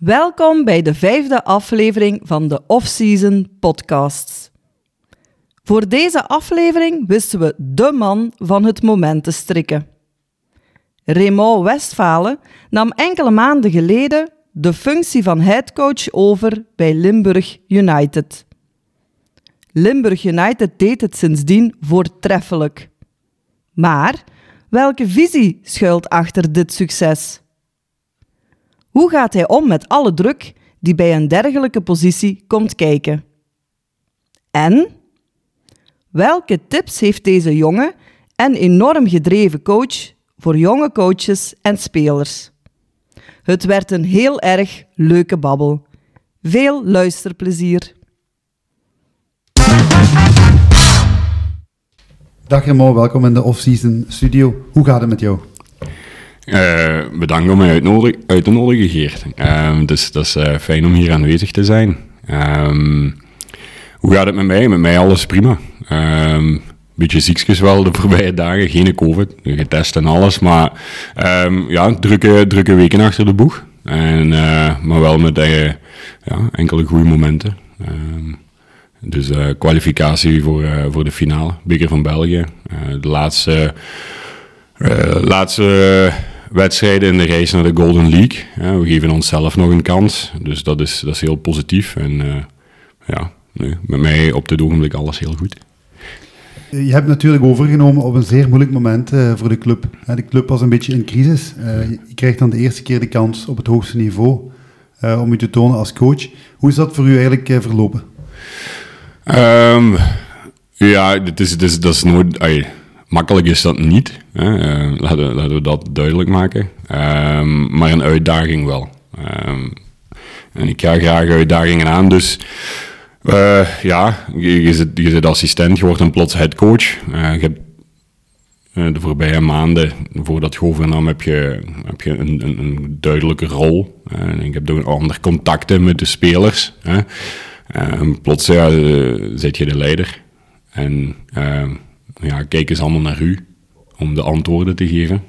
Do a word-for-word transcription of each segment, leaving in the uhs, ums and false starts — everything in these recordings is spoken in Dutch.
Welkom bij de vijfde aflevering van de Off-Season Podcasts. Voor deze aflevering wisten we de man van het moment te strikken. Raymond Westphalen nam enkele maanden geleden de functie van headcoach over bij Limburg United. Limburg United deed het sindsdien voortreffelijk. Maar welke visie schuilt achter dit succes? Hoe gaat hij om met alle druk die bij een dergelijke positie komt kijken? En welke tips heeft deze jonge en enorm gedreven coach voor jonge coaches en spelers? Het werd een heel erg leuke babbel. Veel luisterplezier. Dag Raymond, welkom in de Off-Season Studio. Hoe gaat het met jou? Uh, bedankt om mij uitnodig- uit te nodigen, Geert. Um, dus dat is uh, fijn om hier aanwezig te zijn. Um, hoe gaat het met mij? Met mij alles prima. Um, beetje ziekjes wel de voorbije dagen, geen COVID, getest en alles, maar um, ja, drukke, drukke weken achter de boeg. En, uh, maar wel met uh, ja, enkele goede momenten. Um, dus uh, kwalificatie voor, uh, voor de finale, Beker van België. Uh, de laatste... Uh, laatste wedstrijden in de reis naar de Golden League. Ja, we geven onszelf nog een kans. Dus dat is, dat is heel positief. En uh, ja, nee, met mij op dit ogenblik alles heel goed. Je hebt natuurlijk overgenomen op een zeer moeilijk moment uh, voor de club. Uh, de club was een beetje in crisis. Uh, je krijgt dan de eerste keer de kans op het hoogste niveau uh, om je te tonen als coach. Hoe is dat voor u eigenlijk uh, verlopen? Um, ja, dit is, dit is, dat is nooit... Ay, makkelijk is dat niet, hè? Uh, laten, we, laten we dat duidelijk maken. Um, maar een uitdaging wel. Um, en ik ga graag uitdagingen aan, dus uh, ja, je, je, zit, je zit assistent, je wordt dan plots headcoach. Uh, je hebt uh, de voorbije maanden, voordat je overnam, heb je, heb je een, een, een duidelijke rol. Uh, en ik heb ook andere contacten met de spelers. Hè? Uh, plots ja, uh, zit je de leider. En... Uh, Ja, kijk eens allemaal naar u om de antwoorden te geven.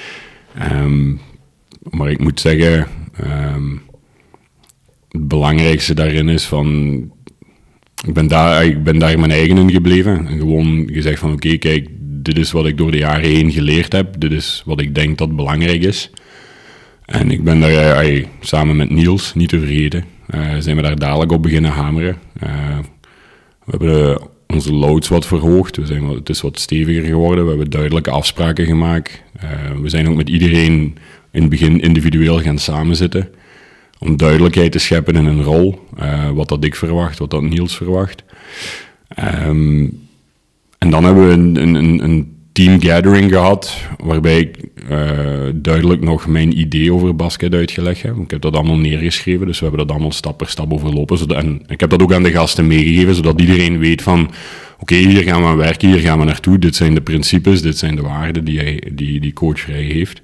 Um, maar ik moet zeggen, um, het belangrijkste daarin is van... Ik ben daar, ik ben daar mijn eigen in gebleven. En gewoon gezegd van, oké, okay, kijk, dit is wat ik door de jaren heen geleerd heb. Dit is wat ik denk dat belangrijk is. En ik ben daar, uh, samen met Niels, niet te vergeten, uh, zijn we daar dadelijk op beginnen hameren. Uh, we hebben... Uh, onze loads wat verhoogd, we zijn, het is wat steviger geworden, we hebben duidelijke afspraken gemaakt. Uh, we zijn ook met iedereen in het begin individueel gaan samenzitten, om duidelijkheid te scheppen in een rol, uh, wat dat ik verwacht, wat dat Niels verwacht. Um, en dan hebben we een, een, een team gathering gehad, waarbij ik uh, duidelijk nog mijn idee over basket uitgelegd heb. Ik heb dat allemaal neergeschreven, dus we hebben dat allemaal stap per stap overlopen. Zodat, en ik heb dat ook aan de gasten meegegeven, zodat iedereen weet van... Oké, okay, hier gaan we aan werken, hier gaan we naartoe. Dit zijn de principes, dit zijn de waarden die, hij, die, die coach vrij heeft.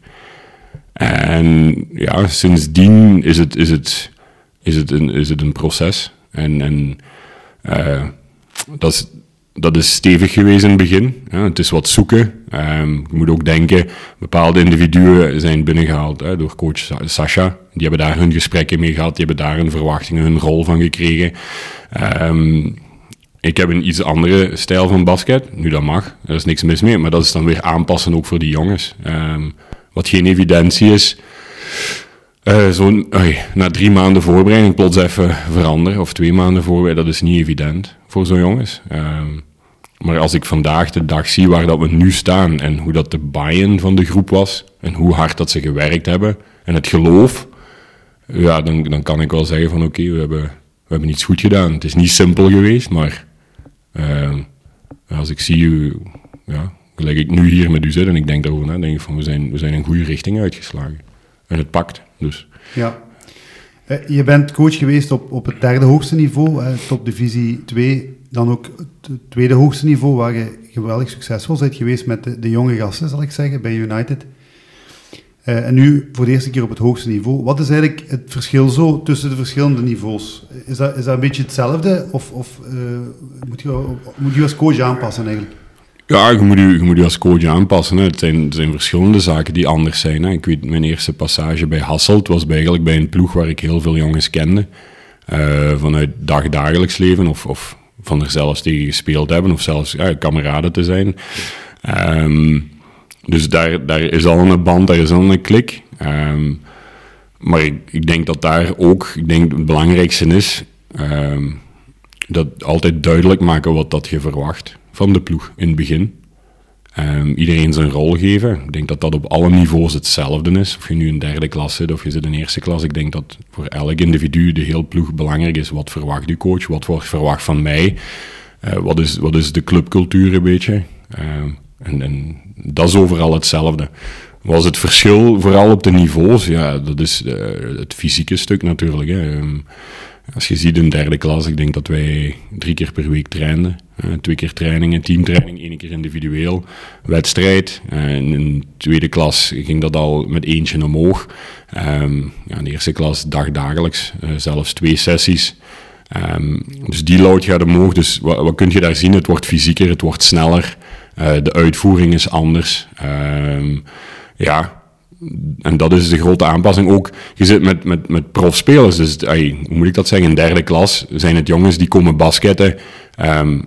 En ja, sindsdien is het, is het, is het, een, is het een proces. En, en uh, dat is... Dat is stevig geweest in het begin. Ja, het is wat zoeken. Um, je moet ook denken, bepaalde individuen zijn binnengehaald hè, door coach Sasha. Die hebben daar hun gesprekken mee gehad. Die hebben daar hun verwachtingen, hun rol van gekregen. Um, ik heb een iets andere stijl van basket. Nu, dat mag. Er is niks mis mee. Maar dat is dan weer aanpassen ook voor die jongens. Um, wat geen evidentie is. Uh, zo'n, uh, na drie maanden voorbereiding plots even veranderen. Of twee maanden voorbereiding. Dat is niet evident voor zo'n jongens. Um, maar als ik vandaag de dag zie waar dat we nu staan en hoe dat de buy-in van de groep was en hoe hard dat ze gewerkt hebben en het geloof, ja, dan, dan kan ik wel zeggen van oké, okay, we, hebben, we hebben iets goed gedaan. Het is niet simpel geweest, maar uh, als ik zie hoe, ja, gelijk ik nu hier met u zit en ik denk daarover na, denk ik van we zijn, we zijn een goede richting uitgeslagen. En het pakt, dus. Ja. Je bent coach geweest op, op het derde hoogste niveau, eh, top divisie twee, dan ook het tweede hoogste niveau, waar je geweldig succesvol bent geweest met de, de jonge gasten, zal ik zeggen, bij United. Uh, en nu voor de eerste keer op het hoogste niveau. Wat is eigenlijk het verschil zo tussen de verschillende niveaus? Is dat, is dat een beetje hetzelfde, of, of uh, moet, je, moet je als coach aanpassen eigenlijk? Ja, je moet je, je moet je als coach aanpassen. Hè. Het, zijn, het zijn verschillende zaken die anders zijn. Hè. Ik weet, mijn eerste passage bij Hasselt was bij, eigenlijk bij een ploeg waar ik heel veel jongens kende. Uh, vanuit dagdagelijks leven of, of van er zelfs tegen gespeeld hebben of zelfs ja, kameraden te zijn. Um, dus daar, daar is al een band, daar is al een klik. Um, maar ik, ik denk dat daar ook, ik denk het belangrijkste is, um, dat altijd duidelijk maken wat dat je verwacht van de ploeg in het begin. Um, iedereen zijn rol geven. Ik denk dat dat op alle niveaus hetzelfde is. Of je nu in derde klas zit of je zit in eerste klas. Ik denk dat voor elk individu, de hele ploeg, belangrijk is. Wat verwacht je coach? Wat wordt verwacht van mij? Uh, wat, is, wat is de clubcultuur een beetje? Uh, en, en dat is overal hetzelfde. Was het verschil vooral op de niveaus? Ja, dat is uh, het fysieke stuk natuurlijk. Hè. Um, Als je ziet in derde klas, ik denk dat wij drie keer per week trainden. Uh, twee keer trainingen, teamtraining, één keer individueel. Wedstrijd. Uh, in de tweede klas ging dat al met eentje omhoog. Um, ja, in de eerste klas dagdagelijks, uh, zelfs twee sessies. Um, dus die load gaat omhoog. Dus wat, wat kun je daar zien? Het wordt fysieker, het wordt sneller. Uh, de uitvoering is anders. Um, ja... En dat is de grote aanpassing. Ook, je zit met, met, met profspelers, dus ay, hoe moet ik dat zeggen? In derde klas zijn het jongens die komen basketten. Um,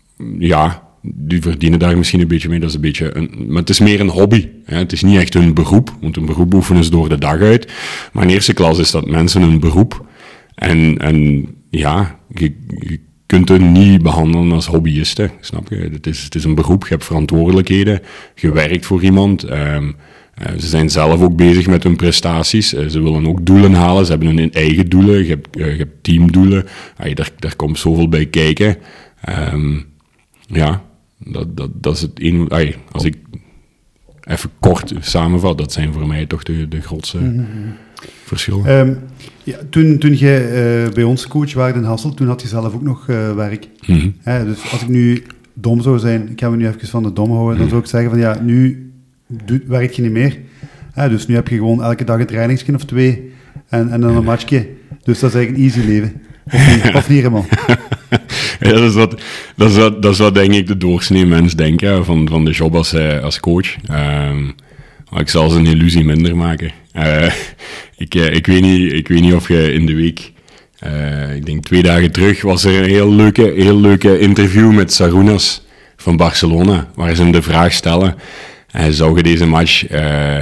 ja, die verdienen daar misschien een beetje mee. Dat is een beetje een, maar het is meer een hobby. Hè? Het is niet echt hun beroep, want een beroep oefenen ze door de dag uit. Maar in eerste klas is dat mensen een beroep. En, en ja, je, je kunt hun niet behandelen als hobbyisten, snap je? Het is, het is een beroep, je hebt verantwoordelijkheden, je werkt voor iemand. Um, Uh, ze zijn zelf ook bezig met hun prestaties. Uh, ze willen ook doelen halen. Ze hebben hun eigen doelen. Je hebt, uh, je hebt teamdoelen. Uh, daar, daar komt zoveel bij kijken. Um, ja, dat, dat, dat is het een. Uh, als ik even kort samenvat, dat zijn voor mij toch de, de grootste mm-hmm. verschillen. Um, ja, toen, toen jij uh, bij ons coach was in Hasselt, toen had je zelf ook nog uh, werk. Mm-hmm. Uh, dus als ik nu dom zou zijn, ik ga me nu even van de dom houden, mm-hmm. dan zou ik zeggen van ja, nu Doe, werk je niet meer. Ja, dus nu heb je gewoon elke dag een trainingsje of twee en, en dan een matchje. Dus dat is eigenlijk een easy leven. Of niet, of niet helemaal. Ja, dat, is wat, dat, is wat, dat is wat denk ik de doorsnee mens denkt ja, van, van de job als, uh, als coach. Um, maar ik zal ze een illusie minder maken. Uh, ik, uh, ik, weet niet, ik weet niet of je in de week... Uh, ik denk twee dagen terug was er een heel leuke, heel leuke interview met Sarunas van Barcelona, waar ze hem de vraag stellen... Uh, zou je deze match, uh, uh,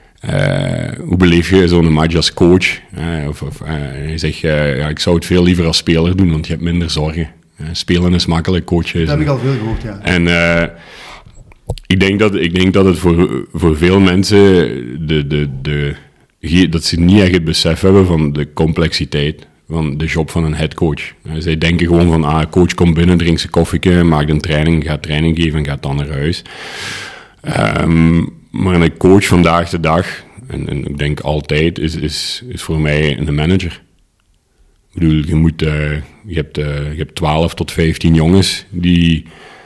hoe beleef je zo'n match als coach? Uh, of, of, uh, hij zegt, uh, ja, ik zou het veel liever als speler doen, want je hebt minder zorgen. Uh, spelen is makkelijk, coachen is... Dat heb ik al veel gehoord, ja. En uh, ik, denk dat, ik denk dat het voor, voor veel mensen, de, de, de, dat ze niet echt het besef hebben van de complexiteit van de job van een headcoach. Uh, zij denken gewoon van, ah, coach komt binnen, drinkt zijn koffieke, maakt een training, gaat training geven en gaat dan naar huis. Um, maar een coach vandaag de dag, en, en ik denk altijd, is, is, is voor mij een manager. Ik bedoel, je, moet, uh, je, hebt, uh, je hebt twaalf tot vijftien jongens die,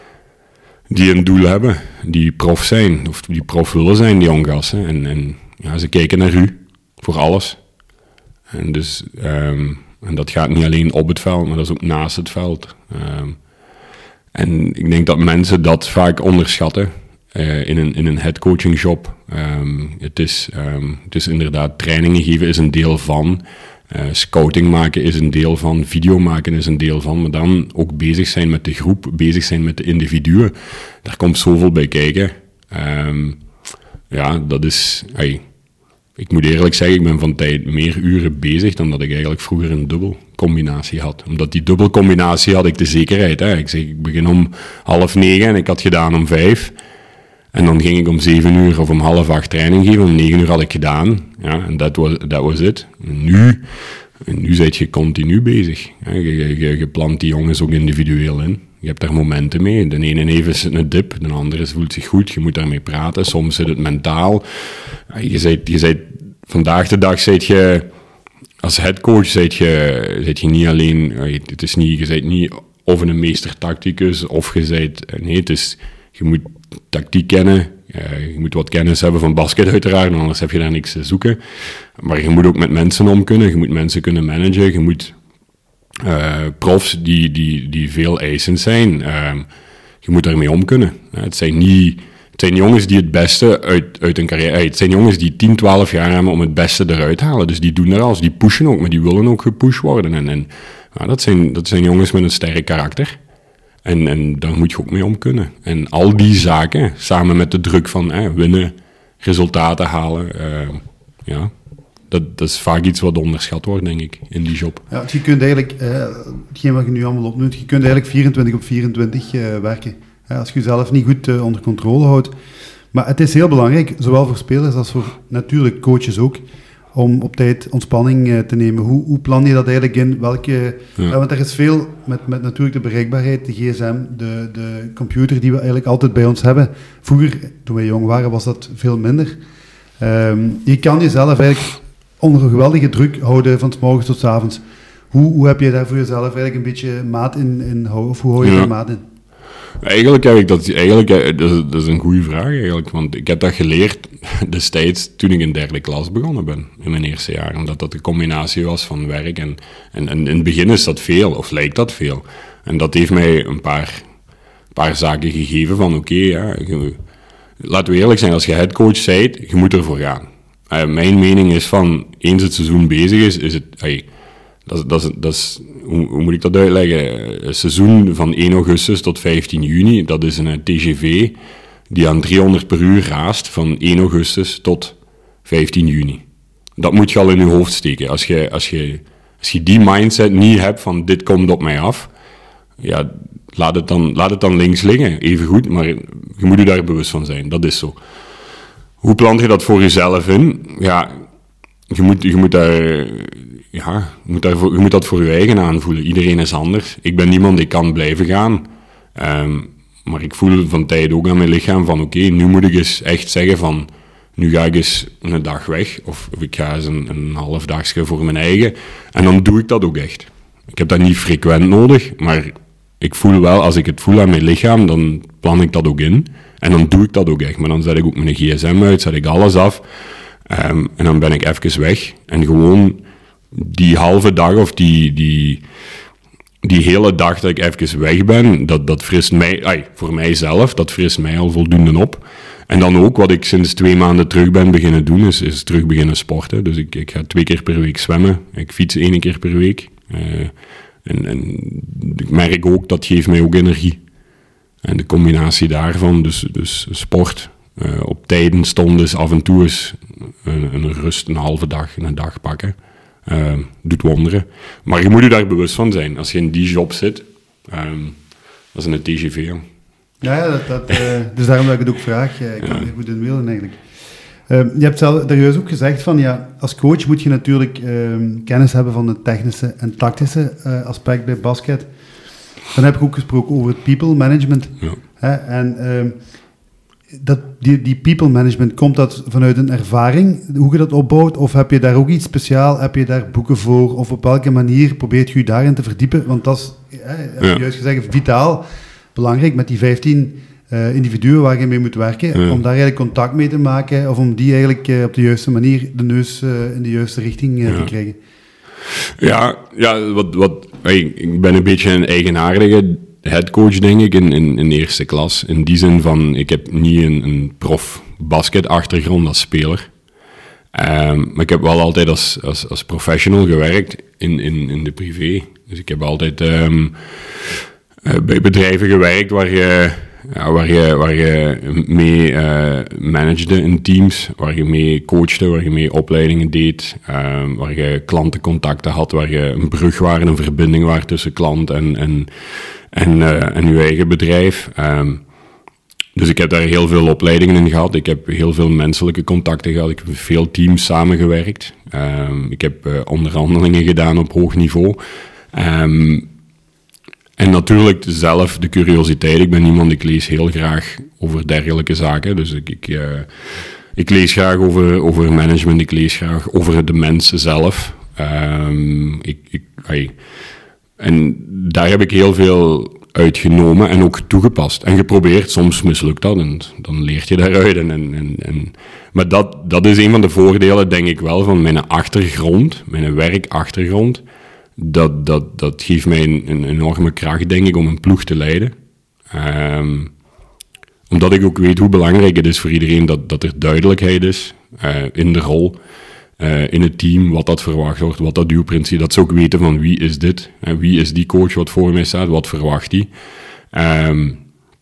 die een doel hebben, die prof zijn, of die prof willen zijn, die jonggassen. En, en ja, ze kijken naar u, voor alles. En, dus, um, en dat gaat niet alleen op het veld, maar dat is ook naast het veld. Um, en ik denk dat mensen dat vaak onderschatten. Uh, in een, in een headcoaching job. Um, het, is, um, het is inderdaad, trainingen geven is een deel van. Uh, scouting maken is een deel van. Video maken is een deel van. Maar dan ook bezig zijn met de groep, bezig zijn met de individuen. Daar komt zoveel bij kijken. Um, ja, dat is... Ay, ik moet eerlijk zeggen, ik ben van tijd meer uren bezig dan dat ik eigenlijk vroeger een dubbelcombinatie had. Omdat die dubbelcombinatie had ik de zekerheid. Hè. Ik zeg, ik begin om half negen en ik had gedaan om vijf... En dan ging ik om zeven uur of om half acht training geven. Om negen uur had ik gedaan. Ja, en dat was dat was het. Nu, nu ben je continu bezig. Ja, je, je, je plant die jongens ook individueel in. Je hebt daar momenten mee. De ene heeft een dip, de andere voelt zich goed. Je moet daarmee praten. Soms zit het mentaal. Ja, je bent, je bent, vandaag de dag zit je... Als headcoach zit je, zit je niet alleen... Het is niet, je bent niet of een meester-tacticus of je bent... Nee, het is... Je moet tactiek kennen, uh, je moet wat kennis hebben van basket uiteraard, anders heb je daar niks te zoeken. Maar je moet ook met mensen om kunnen, je moet mensen kunnen managen, je moet uh, profs die, die, die veel eisend zijn. Uh, je moet daarmee om kunnen. Het zijn niet... Het zijn jongens die het beste uit, uit hun carrière... Het zijn jongens die tien, twaalf jaar hebben om het beste eruit te halen. Dus die doen er alles. Die pushen ook, maar die willen ook gepusht worden. En, en ja, dat, zijn, dat zijn jongens met een sterk karakter. En, en daar moet je ook mee om kunnen. En al die zaken, samen met de druk van eh, winnen, resultaten halen... Uh, ja, dat, dat is vaak iets wat onderschat wordt, denk ik, in die job. Ja, je kunt eigenlijk... Uh, hetgeen wat je nu allemaal opnoemt, je kunt eigenlijk vierentwintig op vierentwintig uh, werken. Ja, als je jezelf niet goed uh, onder controle houdt. Maar het is heel belangrijk, zowel voor spelers als voor natuurlijk coaches ook, om op tijd ontspanning uh, te nemen. Hoe, hoe plan je dat eigenlijk in? Welke, ja. uh, want er is veel met, met natuurlijk de bereikbaarheid, de gsm, de, de computer die we eigenlijk altijd bij ons hebben. Vroeger, toen wij jong waren, was dat veel minder. Um, je kan jezelf eigenlijk onder een geweldige druk houden van 's morgens tot 's avonds. Hoe, hoe heb je daar voor jezelf eigenlijk een beetje maat in, in houden? Of hoe hou je ja. daar maat in? Eigenlijk heb ik dat, eigenlijk, dat, is, dat is een goede vraag eigenlijk, want ik heb dat geleerd destijds toen ik in derde klas begonnen ben, in mijn eerste jaar, omdat dat de combinatie was van werk en, en, en in het begin is dat veel, of lijkt dat veel. En dat heeft mij een paar, paar zaken gegeven van oké, okay, ja, laten we eerlijk zijn, als je headcoach bent, je moet ervoor gaan. Uh, mijn mening is van, eens het seizoen bezig is, is het... Hey, Dat, dat, dat is, hoe, hoe moet ik dat uitleggen? Een seizoen van één augustus tot vijftien juni, dat is een T G V die aan driehonderd per uur raast van één augustus tot vijftien juni. Dat moet je al in je hoofd steken. Als je, als je, als je die mindset niet hebt van dit komt op mij af, ja, laat het dan, laat het dan links liggen, even goed, maar je moet je daar bewust van zijn, dat is zo. Hoe plant je dat voor jezelf in? Ja, je moet, je moet daar... Ja, je moet, daarvoor, je moet dat voor je eigen aanvoelen. Iedereen is anders. Ik ben niemand die kan blijven gaan. Um, maar ik voel van tijd ook aan mijn lichaam van oké, okay, nu moet ik eens echt zeggen van nu ga ik eens een dag weg. Of, of ik ga eens een, een half dagje voor mijn eigen. En dan doe ik dat ook echt. Ik heb dat niet frequent nodig, maar ik voel wel, als ik het voel aan mijn lichaam, dan plan ik dat ook in. En dan doe ik dat ook echt. Maar dan zet ik ook mijn gsm uit, zet ik alles af. Um, en dan ben ik even weg. En gewoon... die halve dag of die, die, die hele dag dat ik even weg ben, dat, dat frist mij, ay, voor mijzelf, dat frist mij al voldoende op. En dan ook wat ik sinds twee maanden terug ben beginnen doen, is, is terug beginnen sporten. Dus ik, ik ga twee keer per week zwemmen, ik fiets één keer per week. Uh, en, en ik merk ook, dat geeft mij ook energie. En de combinatie daarvan, dus, dus sport, uh, op tijden, stondes, af en toe eens een, een rust, een halve dag, een dag pakken. Uh, doet wonderen. Maar je moet je daar bewust van zijn. Als je in die job zit, um, dat is een T G V. Ja, ja dat, dat, uh, dus daarom dat ik het ook vraag. Uh, ik kan ja. goed in willen eigenlijk. Uh, je hebt zelf daar juist ook gezegd van, ja, als coach moet je natuurlijk uh, kennis hebben van het technische en tactische uh, aspect bij basket. Dan heb ik ook gesproken over het people management. Ja. Hè? En uh, dat, die, die people management, komt dat vanuit een ervaring, hoe je dat opbouwt? Of heb je daar ook iets speciaal? Heb je daar boeken voor? Of op welke manier probeert je je daarin te verdiepen? Want dat is, hè, heb je ja. juist gezegd, vitaal belangrijk met die vijftien uh, individuen waar je mee moet werken, ja. om daar eigenlijk contact mee te maken, of om die eigenlijk uh, op de juiste manier de neus uh, in de juiste richting uh, ja. te krijgen. Ja, ja wat, wat, hey, ik ben een beetje een eigenaardige headcoach, denk ik, in, in, in de eerste klas. In die zin van, ik heb niet een, een prof basket-achtergrond als speler. Um, maar ik heb wel altijd als, als, als professional gewerkt in, in, in de privé. Dus ik heb altijd um, uh, bij bedrijven gewerkt waar je, ja, waar je, waar je mee uh, managede in teams, waar je mee coachte, waar je mee opleidingen deed, um, waar je klantencontacten had, waar je een brug was, een verbinding was tussen klant en... en En, uh, en uw eigen bedrijf. Um, dus ik heb daar heel veel opleidingen in gehad. Ik heb heel veel menselijke contacten gehad. Ik heb veel teams samengewerkt. Um, ik heb uh, onderhandelingen gedaan op hoog niveau. Um, en natuurlijk zelf de curiositeit. Ik ben iemand, ik lees heel graag over dergelijke zaken. Dus ik, ik, uh, ik lees graag over, over management. Ik lees graag over de mensen zelf. Um, ik... ik hey, En daar heb ik heel veel uitgenomen en ook toegepast. En geprobeerd, soms mislukt dat en dan leert je daaruit. En, en, en, en. Maar dat, dat is een van de voordelen, denk ik wel, van mijn achtergrond, mijn werkachtergrond. Dat, dat, dat geeft mij een, een enorme kracht, denk ik, om een ploeg te leiden. Um, omdat ik ook weet hoe belangrijk het is voor iedereen dat, dat er duidelijkheid is uh, in de rol, uh, in het team, wat dat verwacht wordt, wat dat duwprincipe, dat ze ook weten van wie is dit, uh, wie is die coach wat voor mij staat, wat verwacht die. Um,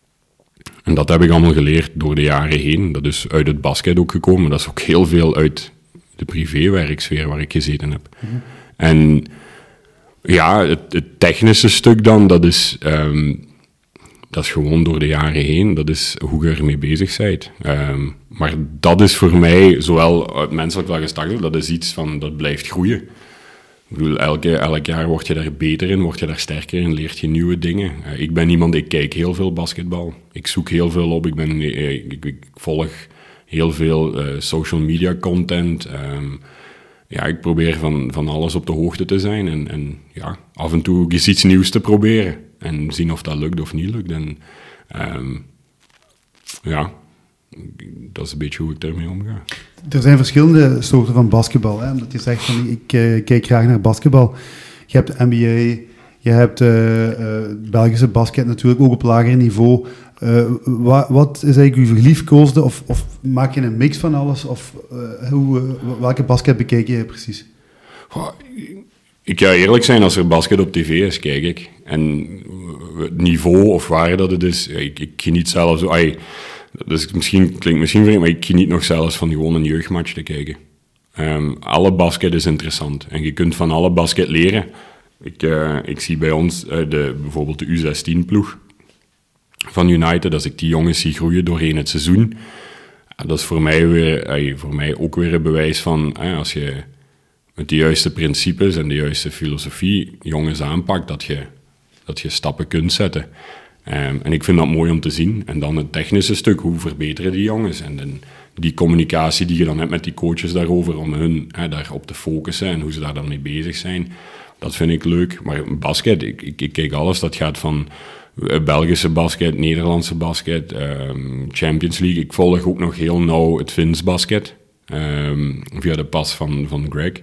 en dat heb ik allemaal geleerd door de jaren heen. Dat is uit het basket ook gekomen, dat is ook heel veel uit de privéwerksfeer waar ik gezeten heb. Mm-hmm. En ja, het, het technische stuk dan, dat is... Um, Dat is gewoon door de jaren heen. Dat is hoe je ermee bezig bent. Um, maar dat is voor mij, zowel uit menselijk wel gestart, dat is iets van, dat blijft groeien. Ik bedoel, elke, elk jaar word je daar beter in, word je daar sterker in, leert je nieuwe dingen. Uh, ik ben iemand, ik kijk heel veel basketbal. Ik zoek heel veel op. Ik, ben, ik, ik, ik volg heel veel uh, social media content. Um, ja, ik probeer van, van alles op de hoogte te zijn. En, en ja, af en toe eens iets nieuws te proberen. En zien of dat lukt of niet lukt. En um, ja, dat is een beetje hoe ik daarmee omga. Er zijn verschillende soorten van basketbal. Hè? Omdat je zegt van ik uh, kijk graag naar basketbal. Je hebt N B A, je hebt uh, uh, Belgische basket natuurlijk ook op lager niveau. Uh, wat, wat is eigenlijk uw geliefkoosde? Of, of maak je een mix van alles? Of uh, hoe, uh, welke basket bekijk je precies? Oh, ik ga eerlijk zijn, als er basket op tv is, kijk ik. En het niveau of waar dat het is, ik, ik geniet zelfs... Ay, dus misschien, klinkt misschien vreemd, maar ik geniet nog zelfs van gewoon een jeugdmatch te kijken. Um, alle basket is interessant. En je kunt van alle basket leren. Ik, uh, ik zie bij ons uh, de, bijvoorbeeld de U zestien ploeg van United, als ik die jongens zie groeien doorheen het seizoen, uh, dat is voor mij, weer, uh, voor mij ook weer een bewijs van... Uh, als je met de juiste principes en de juiste filosofie jongens aanpakt, dat je, dat je stappen kunt zetten. Um, en ik vind dat mooi om te zien. En dan het technische stuk, hoe verbeteren die jongens? En, en die communicatie die je dan hebt met die coaches daarover, om hun hè, daarop te focussen en hoe ze daar dan mee bezig zijn, dat vind ik leuk. Maar basket, ik, ik, ik kijk alles, dat gaat van Belgische basket, Nederlandse basket, um, Champions League. Ik volg ook nog heel nauw het Fins basket. Um, via de pas van, van Greg.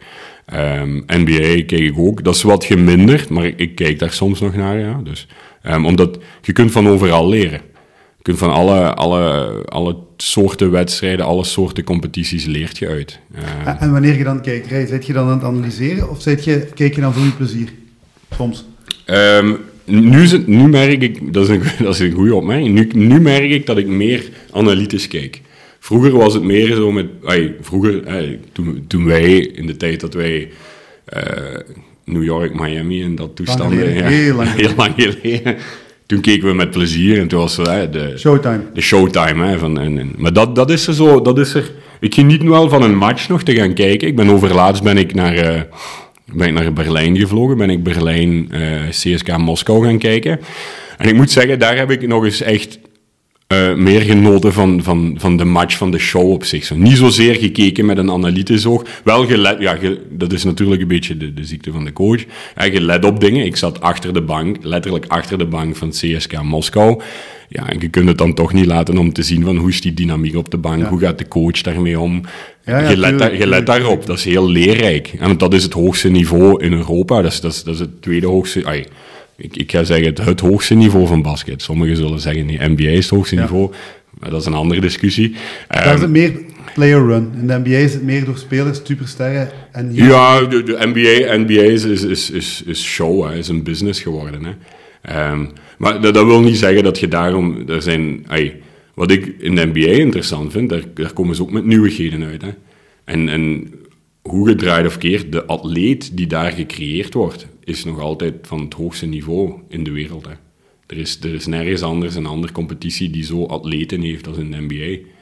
Um, N B A kijk ik ook. Dat is wat geminderd, maar ik, ik kijk daar soms nog naar. Ja. Dus, um, omdat je kunt van overal leren. Je kunt van alle, alle, alle soorten wedstrijden, alle soorten competities leert je uit. Uh, en wanneer je dan kijkt, Rij, zit je dan aan het analyseren of zit je, kijk je dan voor je plezier? Soms. Um, nu, nu merk ik, dat is een, dat is een goede opmerking, nu, nu merk ik dat ik meer analytisch kijk. Vroeger was het meer zo met... Ay, vroeger, ay, toen, toen wij, in de tijd dat wij... Uh, New York, Miami en dat toestanden... Lang geleden, ja, heel lang geleden. Heel lang geleden. Toen keken we met plezier en toen was het uh, de... Showtime. De showtime, hè. Van, en, en, maar dat, dat is er zo... Dat is er, ik geniet nu wel van een match nog te gaan kijken. Ik ben overlaatst ben ik naar... Uh, ben ik naar Berlijn gevlogen. Ben ik Berlijn uh, C S K A Moskou gaan kijken. En ik moet zeggen, daar heb ik nog eens echt... Uh, meer genoten van, van, van de match, van de show op zich. Zo. Niet zozeer gekeken met een analytisch oog. Wel gelet, ja, ge, dat is natuurlijk een beetje de, de ziekte van de coach. Ja, gelet op dingen. Ik zat achter de bank, letterlijk achter de bank van C S K A Moskou. Ja, en je kunt het dan toch niet laten om te zien van hoe is die dynamiek op de bank, ja. Hoe gaat de coach daarmee om. Ja, ja, je, let daar, je let daarop, dat is heel leerrijk. En dat is het hoogste niveau in Europa. Dat is, dat is, dat is het tweede hoogste... Ay, Ik, ik ga zeggen het, het hoogste niveau van basket. Sommigen zullen zeggen nee, N B A is het hoogste ja. niveau. Maar dat is een andere discussie. Daar um, is het meer player run. In de N B A is het meer door spelers, supersterren. En hier... Ja, de, de N B A, N B A is, is, is, is, is show, hè, is een business geworden. Hè. Um, maar dat, dat wil niet zeggen dat je daarom... Er zijn, ay, wat ik in de N B A interessant vind, daar, daar komen ze ook met nieuwigheden uit. Hè. En... en hoe gedraaid of keert, de atleet die daar gecreëerd wordt, is nog altijd van het hoogste niveau in de wereld. Hè. Er is, er is nergens anders een andere competitie die zo atleten heeft als in de N B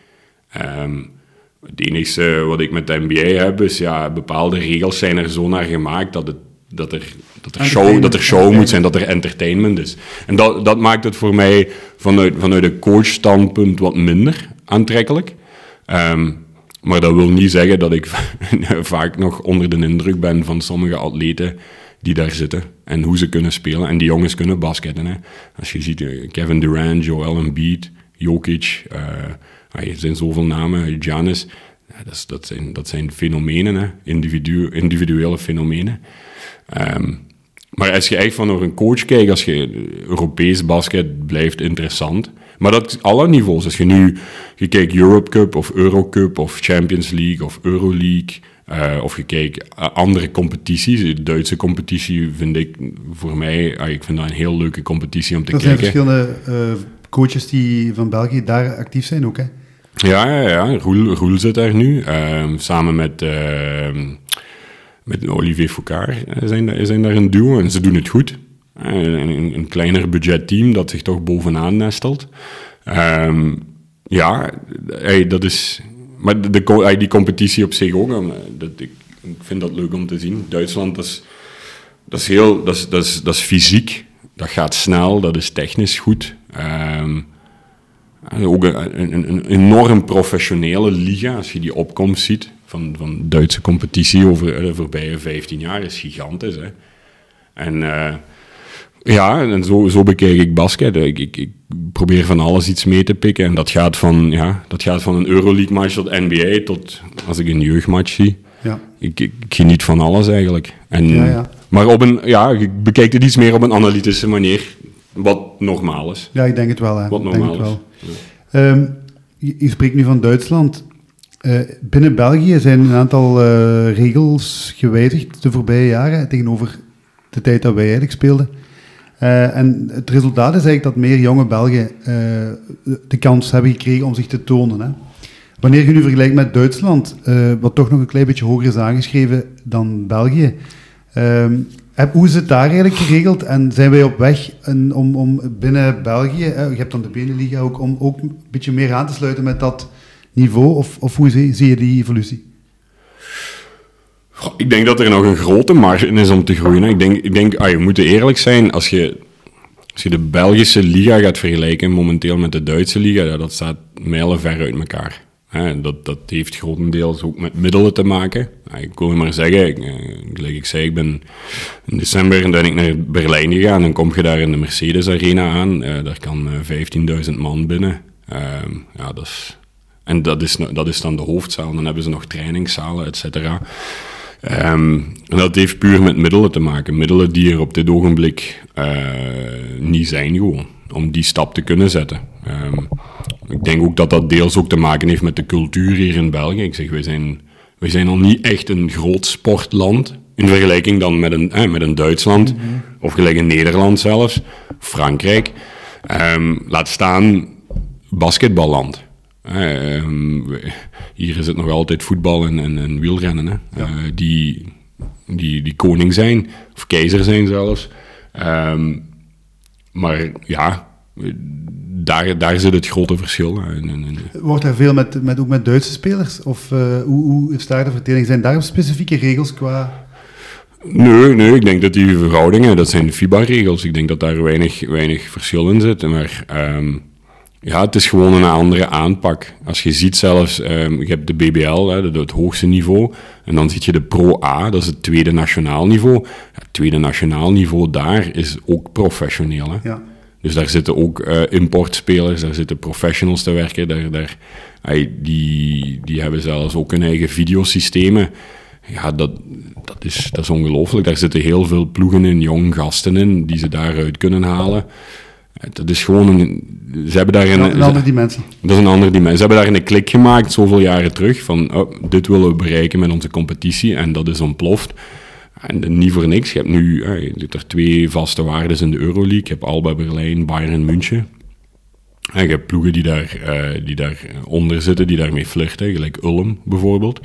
A. Um, het enige wat ik met de N B A heb, is ja, bepaalde regels zijn er zo naar gemaakt dat, het, dat er, dat er show, dat er show moet zijn, dat er entertainment is. En dat, dat maakt het voor mij vanuit, vanuit een coachstandpunt wat minder aantrekkelijk. Um, Maar dat wil niet zeggen dat ik vaak nog onder de indruk ben van sommige atleten die daar zitten. En hoe ze kunnen spelen. En die jongens kunnen basketten. Hè. Als je ziet Kevin Durant, Joel Embiid, Jokic. Uh, er zijn zoveel namen. Giannis. Ja, dat, is, dat, zijn, dat zijn fenomenen. Hè. Individu- individuele fenomenen. Um, Maar als je echt van naar een coach kijkt, als je Europees basket blijft interessant. Maar dat is alle niveaus. Als je nu je kijkt Europe Cup of Euro Cup of Champions League of Euroleague, uh, of je kijkt uh, andere competities. De Duitse competitie vind ik voor mij, uh, ik vind dat een heel leuke competitie om te er kijken. Er zijn verschillende uh, coaches die van België daar actief zijn ook, hè? Ja, ja, ja. Roel, Roel zit daar nu, uh, samen met... Uh, Met Olivier Foucault zijn, zijn daar een duo en ze doen het goed. Een, een, een kleiner budgetteam dat zich toch bovenaan nestelt. Um, ja, dat is... Maar de, de, die competitie op zich ook, dat, ik, ik vind dat leuk om te zien. Duitsland, dat is, dat is heel... Dat is, dat is, dat is fysiek, dat gaat snel, dat is technisch goed. Um, ook een, een, een enorm professionele liga, als je die opkomst ziet. Van, van de Duitse competitie over de voorbije vijftien jaar is gigantisch. Hè. En uh, ja, en zo, zo bekijk ik basket. Ik, ik, ik probeer van alles iets mee te pikken. En dat gaat van, ja, dat gaat van een Euroleague-match tot N B A, tot als ik een jeugdmatch zie. Ja. Ik, ik, ik geniet van alles eigenlijk. En, ja, ja. Maar op een, ja, ik bekijk het iets meer op een analytische manier, wat normaal is. Ja, ik denk het wel. Hè. Wat ik normaal denk het is. Wel. Ja. Um, je, je spreekt nu van Duitsland. Uh, binnen België zijn een aantal uh, regels gewijzigd de voorbije jaren tegenover de tijd dat wij eigenlijk speelden. Uh, en het resultaat is eigenlijk dat meer jonge Belgen uh, de kans hebben gekregen om zich te tonen. Hè. Wanneer je nu vergelijkt met Duitsland, uh, wat toch nog een klein beetje hoger is aangeschreven dan België, uh, heb, hoe is het daar eigenlijk geregeld? En zijn wij op weg en, om, om binnen België, uh, je hebt dan de Beneliga ook, om ook een beetje meer aan te sluiten met dat niveau, of, of hoe zie, zie je die evolutie? Goh, ik denk dat er nog een grote marge in is om te groeien. Ik denk, ik denk ah, je moet eerlijk zijn, als je, als je de Belgische liga gaat vergelijken momenteel met de Duitse liga, ja, dat staat mijlenver uit elkaar. He, dat, dat heeft grotendeels ook met middelen te maken. Ik wil maar zeggen, ik, gelijk ik zei, ik ben in december en ben ik naar Berlijn gegaan, dan kom je daar in de Mercedes Arena aan, uh, daar kan uh, vijftienduizend man binnen. Uh, ja, dat is... En dat is, dat is dan de hoofdzaal. Dan hebben ze nog trainingszalen, et cetera. Um, en dat heeft puur met middelen te maken. Middelen die er op dit ogenblik uh, niet zijn gewoon. Om die stap te kunnen zetten. Um, ik denk ook dat dat deels ook te maken heeft met de cultuur hier in België. Ik zeg, wij zijn, wij zijn al niet echt een groot sportland. In vergelijking dan met een, eh, met een Duitsland. Mm-hmm. Of gelijk in Nederland zelfs. Frankrijk. Um, laat staan basketballand. Uh, um, hier is het nog altijd voetbal en, en, en wielrennen, hè? Ja. Uh, die, die, die koning zijn, of keizer zijn zelfs. Um, maar ja, daar, daar zit het grote verschil. En, en, en. Wordt er veel met, met, ook met Duitse spelers? Of uh, hoe, hoe is daar de verdeling? Zijn daar specifieke regels qua... Nee, nee, ik denk dat die verhoudingen, dat zijn FIBA-regels. Ik denk dat daar weinig, weinig verschil in zit. Maar... Um, Ja, het is gewoon een andere aanpak. Als je ziet zelfs, um, je hebt de B B L, hè, het hoogste niveau, en dan zie je de Pro A, dat is het tweede nationaal niveau. Het tweede nationaal niveau daar is ook professioneel. Hè. Ja. Dus daar zitten ook uh, importspelers, daar zitten professionals te werken, daar, daar, uh, die, die hebben zelfs ook hun eigen videosystemen. Ja, dat, dat, is, dat is ongelooflijk. Daar zitten heel veel ploegen in, jong gasten in, die ze daaruit kunnen halen. Dat is gewoon een... Ze hebben daar een, een andere dimensie. Dat is een andere dimensie. Ze hebben daar een klik gemaakt, zoveel jaren terug, van oh, dit willen we bereiken met onze competitie, en dat is ontploft. En niet voor niks. Je hebt nu eh, je hebt er twee vaste waardes in de Euroleague. Je hebt Alba Berlijn, Bayern München. En je hebt ploegen die daar, uh, die daar onder zitten, die daarmee flirten, gelijk Ulm bijvoorbeeld.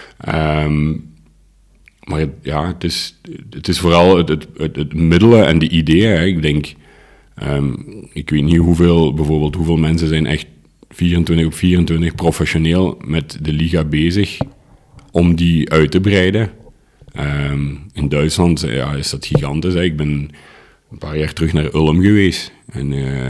Um, maar het, ja, het is, het is vooral het, het, het, het middelen en de ideeën. Hè. Ik denk... Um, ik weet niet hoeveel, bijvoorbeeld, hoeveel mensen zijn echt vierentwintig op vierentwintig professioneel met de liga bezig om die uit te breiden. Um, in Duitsland ja, is dat gigantisch. Hè. Ik ben een paar jaar terug naar Ulm geweest en uh,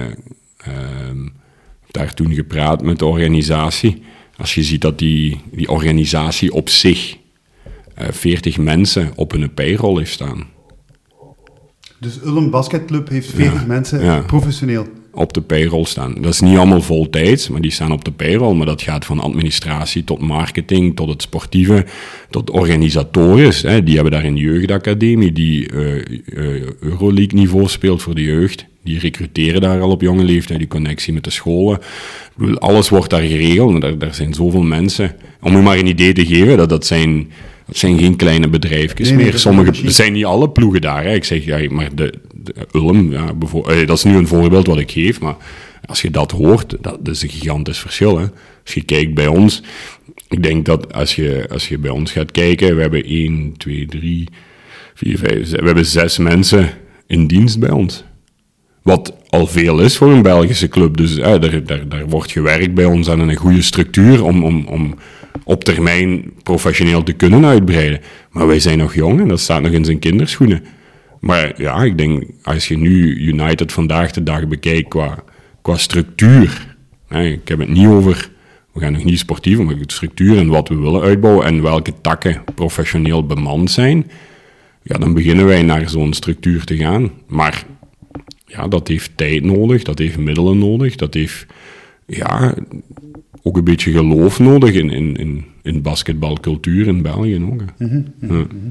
um, daar toen gepraat met de organisatie. Als je ziet dat die, die organisatie op zich uh, veertig mensen op hun payroll heeft staan. Dus Ulm Basketclub heeft veertig ja, mensen, ja. professioneel. op de payroll staan. Dat is niet allemaal voltijds, maar die staan op de payroll. Maar dat gaat van administratie tot marketing, tot het sportieve, tot organisatorisch. Hè. Die hebben daar een jeugdacademie die uh, uh, Euroleague niveau speelt voor de jeugd. Die recruteren daar al op jonge leeftijd, die connectie met de scholen. Alles wordt daar geregeld, daar, daar zijn zoveel mensen. Om u maar een idee te geven, dat, dat, zijn, dat zijn geen kleine bedrijfjes nee, meer. Nee, Sommige, dat zijn niet alle ploegen daar. Hè. Ik zeg, ja, maar de, de Ulm, ja, dat is nu een voorbeeld wat ik geef, maar als je dat hoort, dat, dat is een gigantisch verschil. Hè. Als je kijkt bij ons, ik denk dat als je, als je bij ons gaat kijken, we hebben één, twee, drie, vier, vijf, we hebben zes mensen in dienst bij ons. Wat al veel is voor een Belgische club. Dus eh, daar, daar, daar wordt gewerkt bij ons aan een goede structuur om, om, om op termijn professioneel te kunnen uitbreiden. Maar wij zijn nog jong en dat staat nog in zijn kinderschoenen. Maar ja, ik denk, als je nu United vandaag de dag bekijkt qua, qua structuur. Hè, ik heb het niet over, we gaan nog niet sportief, maar de structuur en wat we willen uitbouwen en welke takken professioneel bemand zijn. Ja, dan beginnen wij naar zo'n structuur te gaan. Maar ja, dat heeft tijd nodig, dat heeft middelen nodig, dat heeft ja, ook een beetje geloof nodig in, in, in, in basketbalcultuur in België ook. Mm-hmm, mm-hmm. Ja.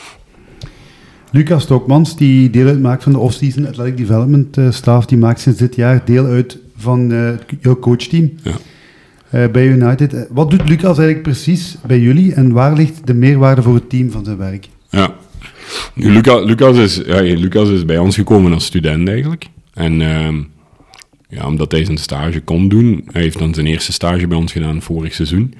Lucas Stokmans, die deel uitmaakt van de Off-Season Athletic Development uh, Staff, die maakt sinds dit jaar deel uit van uh, jouw coachteam ja. uh, bij United. Uh, wat doet Lucas eigenlijk precies bij jullie en waar ligt de meerwaarde voor het team van zijn werk? Ja. Nu, Luca, Lucas, is, ja, Lucas is bij ons gekomen als student eigenlijk. En uh, ja, omdat hij zijn stage kon doen, hij heeft dan zijn eerste stage bij ons gedaan vorig seizoen.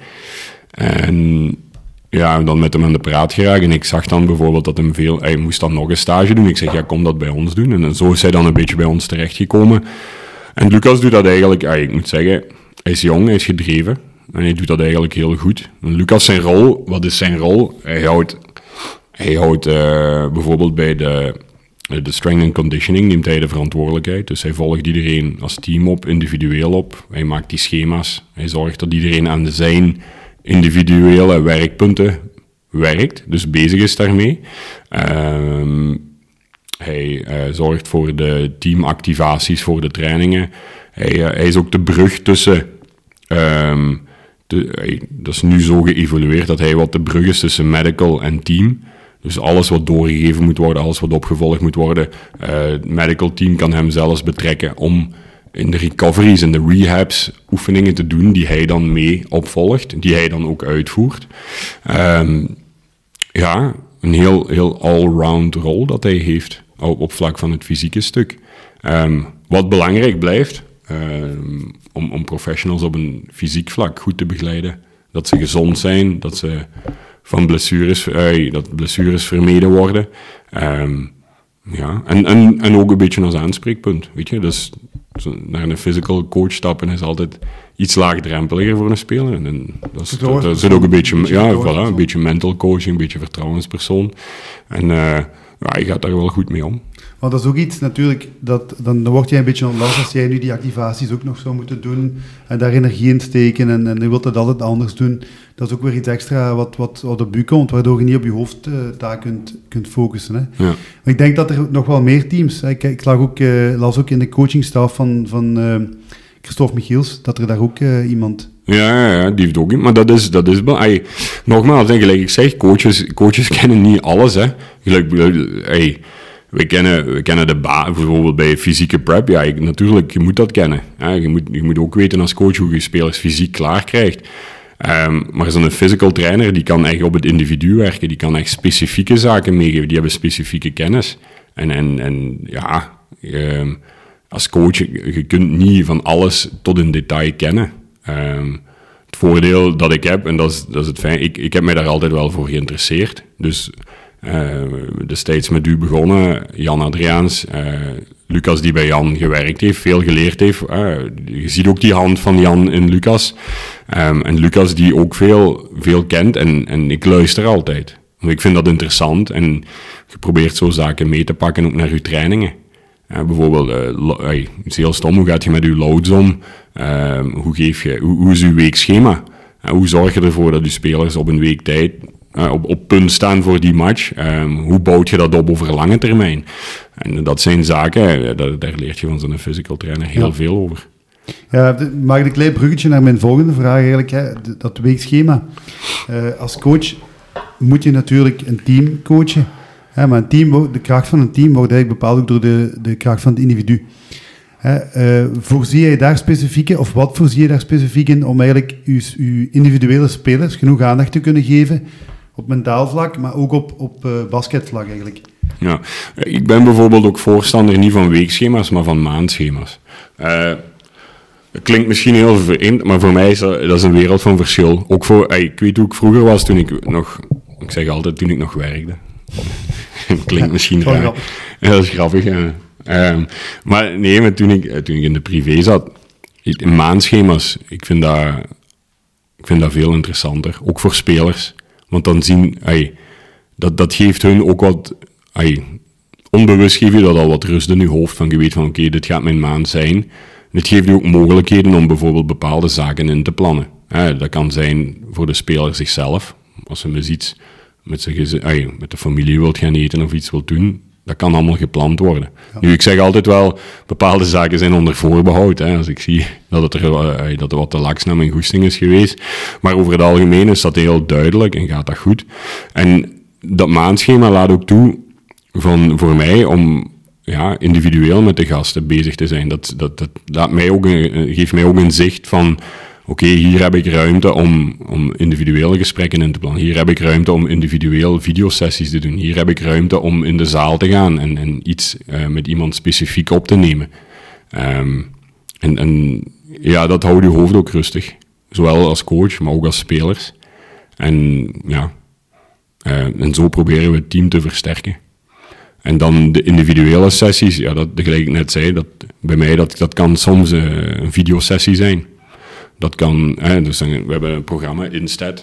En ja, dan met hem aan de praat geraakt. En ik zag dan bijvoorbeeld dat hem veel, hij moest dan nog een stage doen. Ik zeg, ja, kom dat bij ons doen. En zo is hij dan een beetje bij ons terechtgekomen. En Lucas doet dat eigenlijk, ja, ik moet zeggen, hij is jong, hij is gedreven. En hij doet dat eigenlijk heel goed. En Lucas, zijn rol, wat is zijn rol? Hij houdt... Hij houdt uh, bijvoorbeeld bij de, de strength and conditioning, neemt hij de verantwoordelijkheid. Dus hij volgt iedereen als team op, individueel op. Hij maakt die schema's. Hij zorgt dat iedereen aan zijn individuele werkpunten werkt, dus bezig is daarmee. Uh, hij uh, zorgt voor de teamactivaties, voor de trainingen. Hij, uh, hij is ook de brug tussen... Uh, de, hij, dat is nu zo geëvolueerd dat hij wat de brug is tussen medical en team. Dus alles wat doorgegeven moet worden, alles wat opgevolgd moet worden. Uh, het medical team kan hem zelfs betrekken om in de recoveries en de rehabs oefeningen te doen die hij dan mee opvolgt, die hij dan ook uitvoert. Um, ja, een heel, heel all-round rol dat hij heeft op, op vlak van het fysieke stuk. Um, wat belangrijk blijft, um, om, om professionals op een fysiek vlak goed te begeleiden, dat ze gezond zijn, dat ze van blessures, uh, dat blessures vermeden worden. Um, ja, en, en, en ook een beetje als aanspreekpunt, weet je. Dus naar een physical coach stappen is altijd iets laagdrempeliger voor een speler. En, en dat, is, dat, dat zit ook een beetje, ja, voilà, een beetje mental coaching, een beetje vertrouwenspersoon. En uh, ja, je gaat daar wel goed mee om. Want dat is ook iets natuurlijk, dat, dan, dan word jij een beetje ontlast als jij nu die activaties ook nog zou moeten doen en daar energie in steken en, en je wilt dat altijd anders doen. Dat is ook weer iets extra wat, wat, wat op u komt, waardoor je niet op je hoofdtaak kunt, kunt focussen. Hè. Ja. Maar ik denk dat er nog wel meer teams, ik, ik lag ook, uh, las ook in de coachingstaf van, van uh, Christophe Michiels, dat er daar ook uh, iemand... Ja, ja, ja, die heeft ook niet, maar dat is, dat is ay, nogmaals, en gelijk ik zeg, coaches, coaches kennen niet alles, hè. Gelijk, ay, we kennen, we kennen de ba- bijvoorbeeld bij fysieke prep, ja, ik, natuurlijk, je moet dat kennen. Hè. Je, moet, je moet ook weten als coach hoe je spelers fysiek klaar krijgt. Um, maar zo'n physical trainer, die kan echt op het individu werken, die kan echt specifieke zaken meegeven, die hebben specifieke kennis. En, en, en ja, um, als coach, je, je kunt niet van alles tot in detail kennen. Um, het voordeel dat ik heb, en dat is, dat is het fijn, ik, ik heb mij daar altijd wel voor geïnteresseerd. Dus uh, destijds met u begonnen, Jan Adriaans, uh, Lucas die bij Jan gewerkt heeft, veel geleerd heeft. Uh, je ziet ook die hand van Jan in Lucas. Um, en Lucas die ook veel, veel kent en, en ik luister altijd. Want ik vind dat interessant en je probeert zo zaken mee te pakken ook naar je trainingen. Uh, bijvoorbeeld, uh, lo- hey, het is heel stom, hoe gaat je met je loads om? Uh, hoe, geef je, hoe, hoe is je weekschema? Uh, hoe zorg je ervoor dat je spelers op een week tijd uh, op, op punt staan voor die match. Um, hoe bouw je dat op over lange termijn? En dat zijn zaken, uh, daar, daar leert je van zo'n physical trainer heel ja. veel over. Ja, maak ik een klein bruggetje naar mijn volgende vraag eigenlijk, hè, dat weekschema. Uh, als coach moet je natuurlijk een team coachen, hè, maar een team, de kracht van een team wordt eigenlijk bepaald ook door de, de kracht van het individu. Hè, uh, voorzie je daar specifiek, of wat voorzie je daar specifiek in om eigenlijk je individuele spelers genoeg aandacht te kunnen geven op mentaal vlak, maar ook op, op uh, basketvlak eigenlijk? Ja, ik ben bijvoorbeeld ook voorstander niet van weekschema's, maar van maandschema's. Uh, Het klinkt misschien heel vreemd, maar voor mij is dat, dat is een wereld van verschil. Ook voor, ey, ik weet hoe ik vroeger was toen ik nog, ik zeg altijd toen ik nog werkde. Klinkt ja, misschien raar. Ja, dat is grappig. Ja. Um, maar nee, maar toen ik, toen ik in de privé zat, in maandschema's, ik vind dat, ik vind dat veel interessanter. Ook voor spelers. Want dan zien, ey, dat, dat geeft hun ook wat, ey, onbewust geef je dat al wat rust in je hoofd. Van je weet van oké, okay, dit gaat mijn maand zijn. Het geeft je ook mogelijkheden om bijvoorbeeld bepaalde zaken in te plannen. Eh, dat kan zijn voor de speler zichzelf. Als hij iets met, zijn gez- ay, met de familie wilt gaan eten of iets wilt doen, dat kan allemaal gepland worden. Ja. Nu, ik zeg altijd wel, bepaalde zaken zijn onder voorbehoud. Hè, als ik zie dat het er, ay, dat er wat te laks naar mijn goesting is geweest. Maar over het algemeen is dat heel duidelijk en gaat dat goed. En dat maandschema laat ook toe van, voor mij om... ja, individueel met de gasten bezig te zijn. Dat, dat, dat laat mij ook een, geeft mij ook een zicht van... Oké, okay, hier heb ik ruimte om, om individuele gesprekken in te plannen. Hier heb ik ruimte om individueel videosessies te doen. Hier heb ik ruimte om in de zaal te gaan en, en iets uh, met iemand specifiek op te nemen. Um, en, en ja, dat houdt je hoofd ook rustig. Zowel als coach, maar ook als spelers. En ja, uh, en zo proberen we het team te versterken. En dan de individuele sessies, ja, dat, gelijk ik net zei, dat, bij mij dat, dat kan soms uh, een videosessie zijn. Dat kan, hè, dus dan, we hebben een programma, Instat,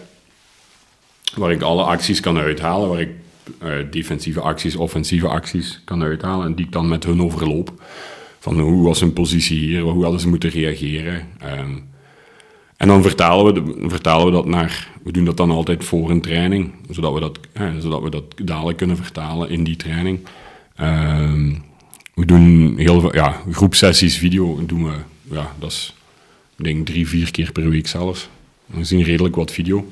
waar ik alle acties kan uithalen, waar ik uh, defensieve acties, offensieve acties kan uithalen en die ik dan met hun overloop. Van hoe was hun positie hier, hoe hadden ze moeten reageren. Um, en dan vertalen we, de, vertalen we dat naar, we doen dat dan altijd voor een training, zodat we dat, hè, zodat we dat dadelijk kunnen vertalen in die training. Um, we doen heel veel, ja, groepsessies, video doen we, ja, dat is, ik denk drie, vier keer per week zelfs. We zien redelijk wat video.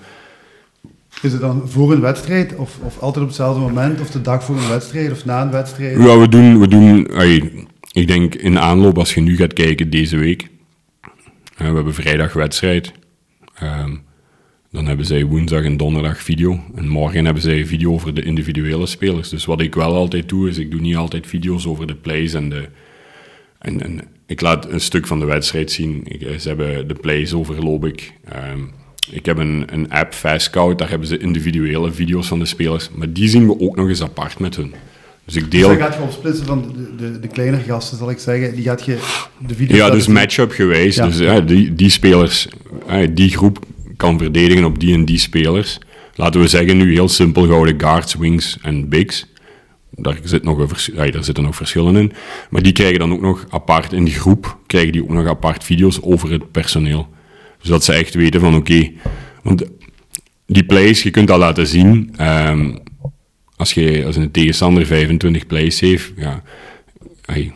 Is het dan voor een wedstrijd, of, of altijd op hetzelfde moment, of de dag voor een wedstrijd, of na een wedstrijd? Ja, we doen, we doen ay, ik denk in aanloop, als je nu gaat kijken deze week, uh, we hebben vrijdag wedstrijd, um, dan hebben zij woensdag en donderdag video, en morgen hebben zij video over de individuele spelers. Dus wat ik wel altijd doe, is ik doe niet altijd video's over de plays en de... En, en ik laat een stuk van de wedstrijd zien. Ik, ze hebben de plays overloop ik. Um, ik heb een, een app, Fast Scout, daar hebben ze individuele video's van de spelers. Maar die zien we ook nog eens apart met hun. Dus ik deel... Dus dan gaat je opsplitsen van de, de, de kleinere gasten, zal ik zeggen. Die gaat je de video's... Ja, dus match-up gewijs. Ja. Dus ja, die, die spelers, die groep kan verdedigen op die en die spelers. Laten we zeggen nu heel simpel gehouden guards, wings en bigs. Daar, zit nog een vers- ja, daar zitten nog verschillen in. Maar die krijgen dan ook nog apart in die groep, krijgen die ook nog apart video's over het personeel. Zodat ze echt weten van oké, okay, want die plays, je kunt dat laten zien. Um, als, je, als een tegenstander vijfentwintig plays heeft, ja, hey,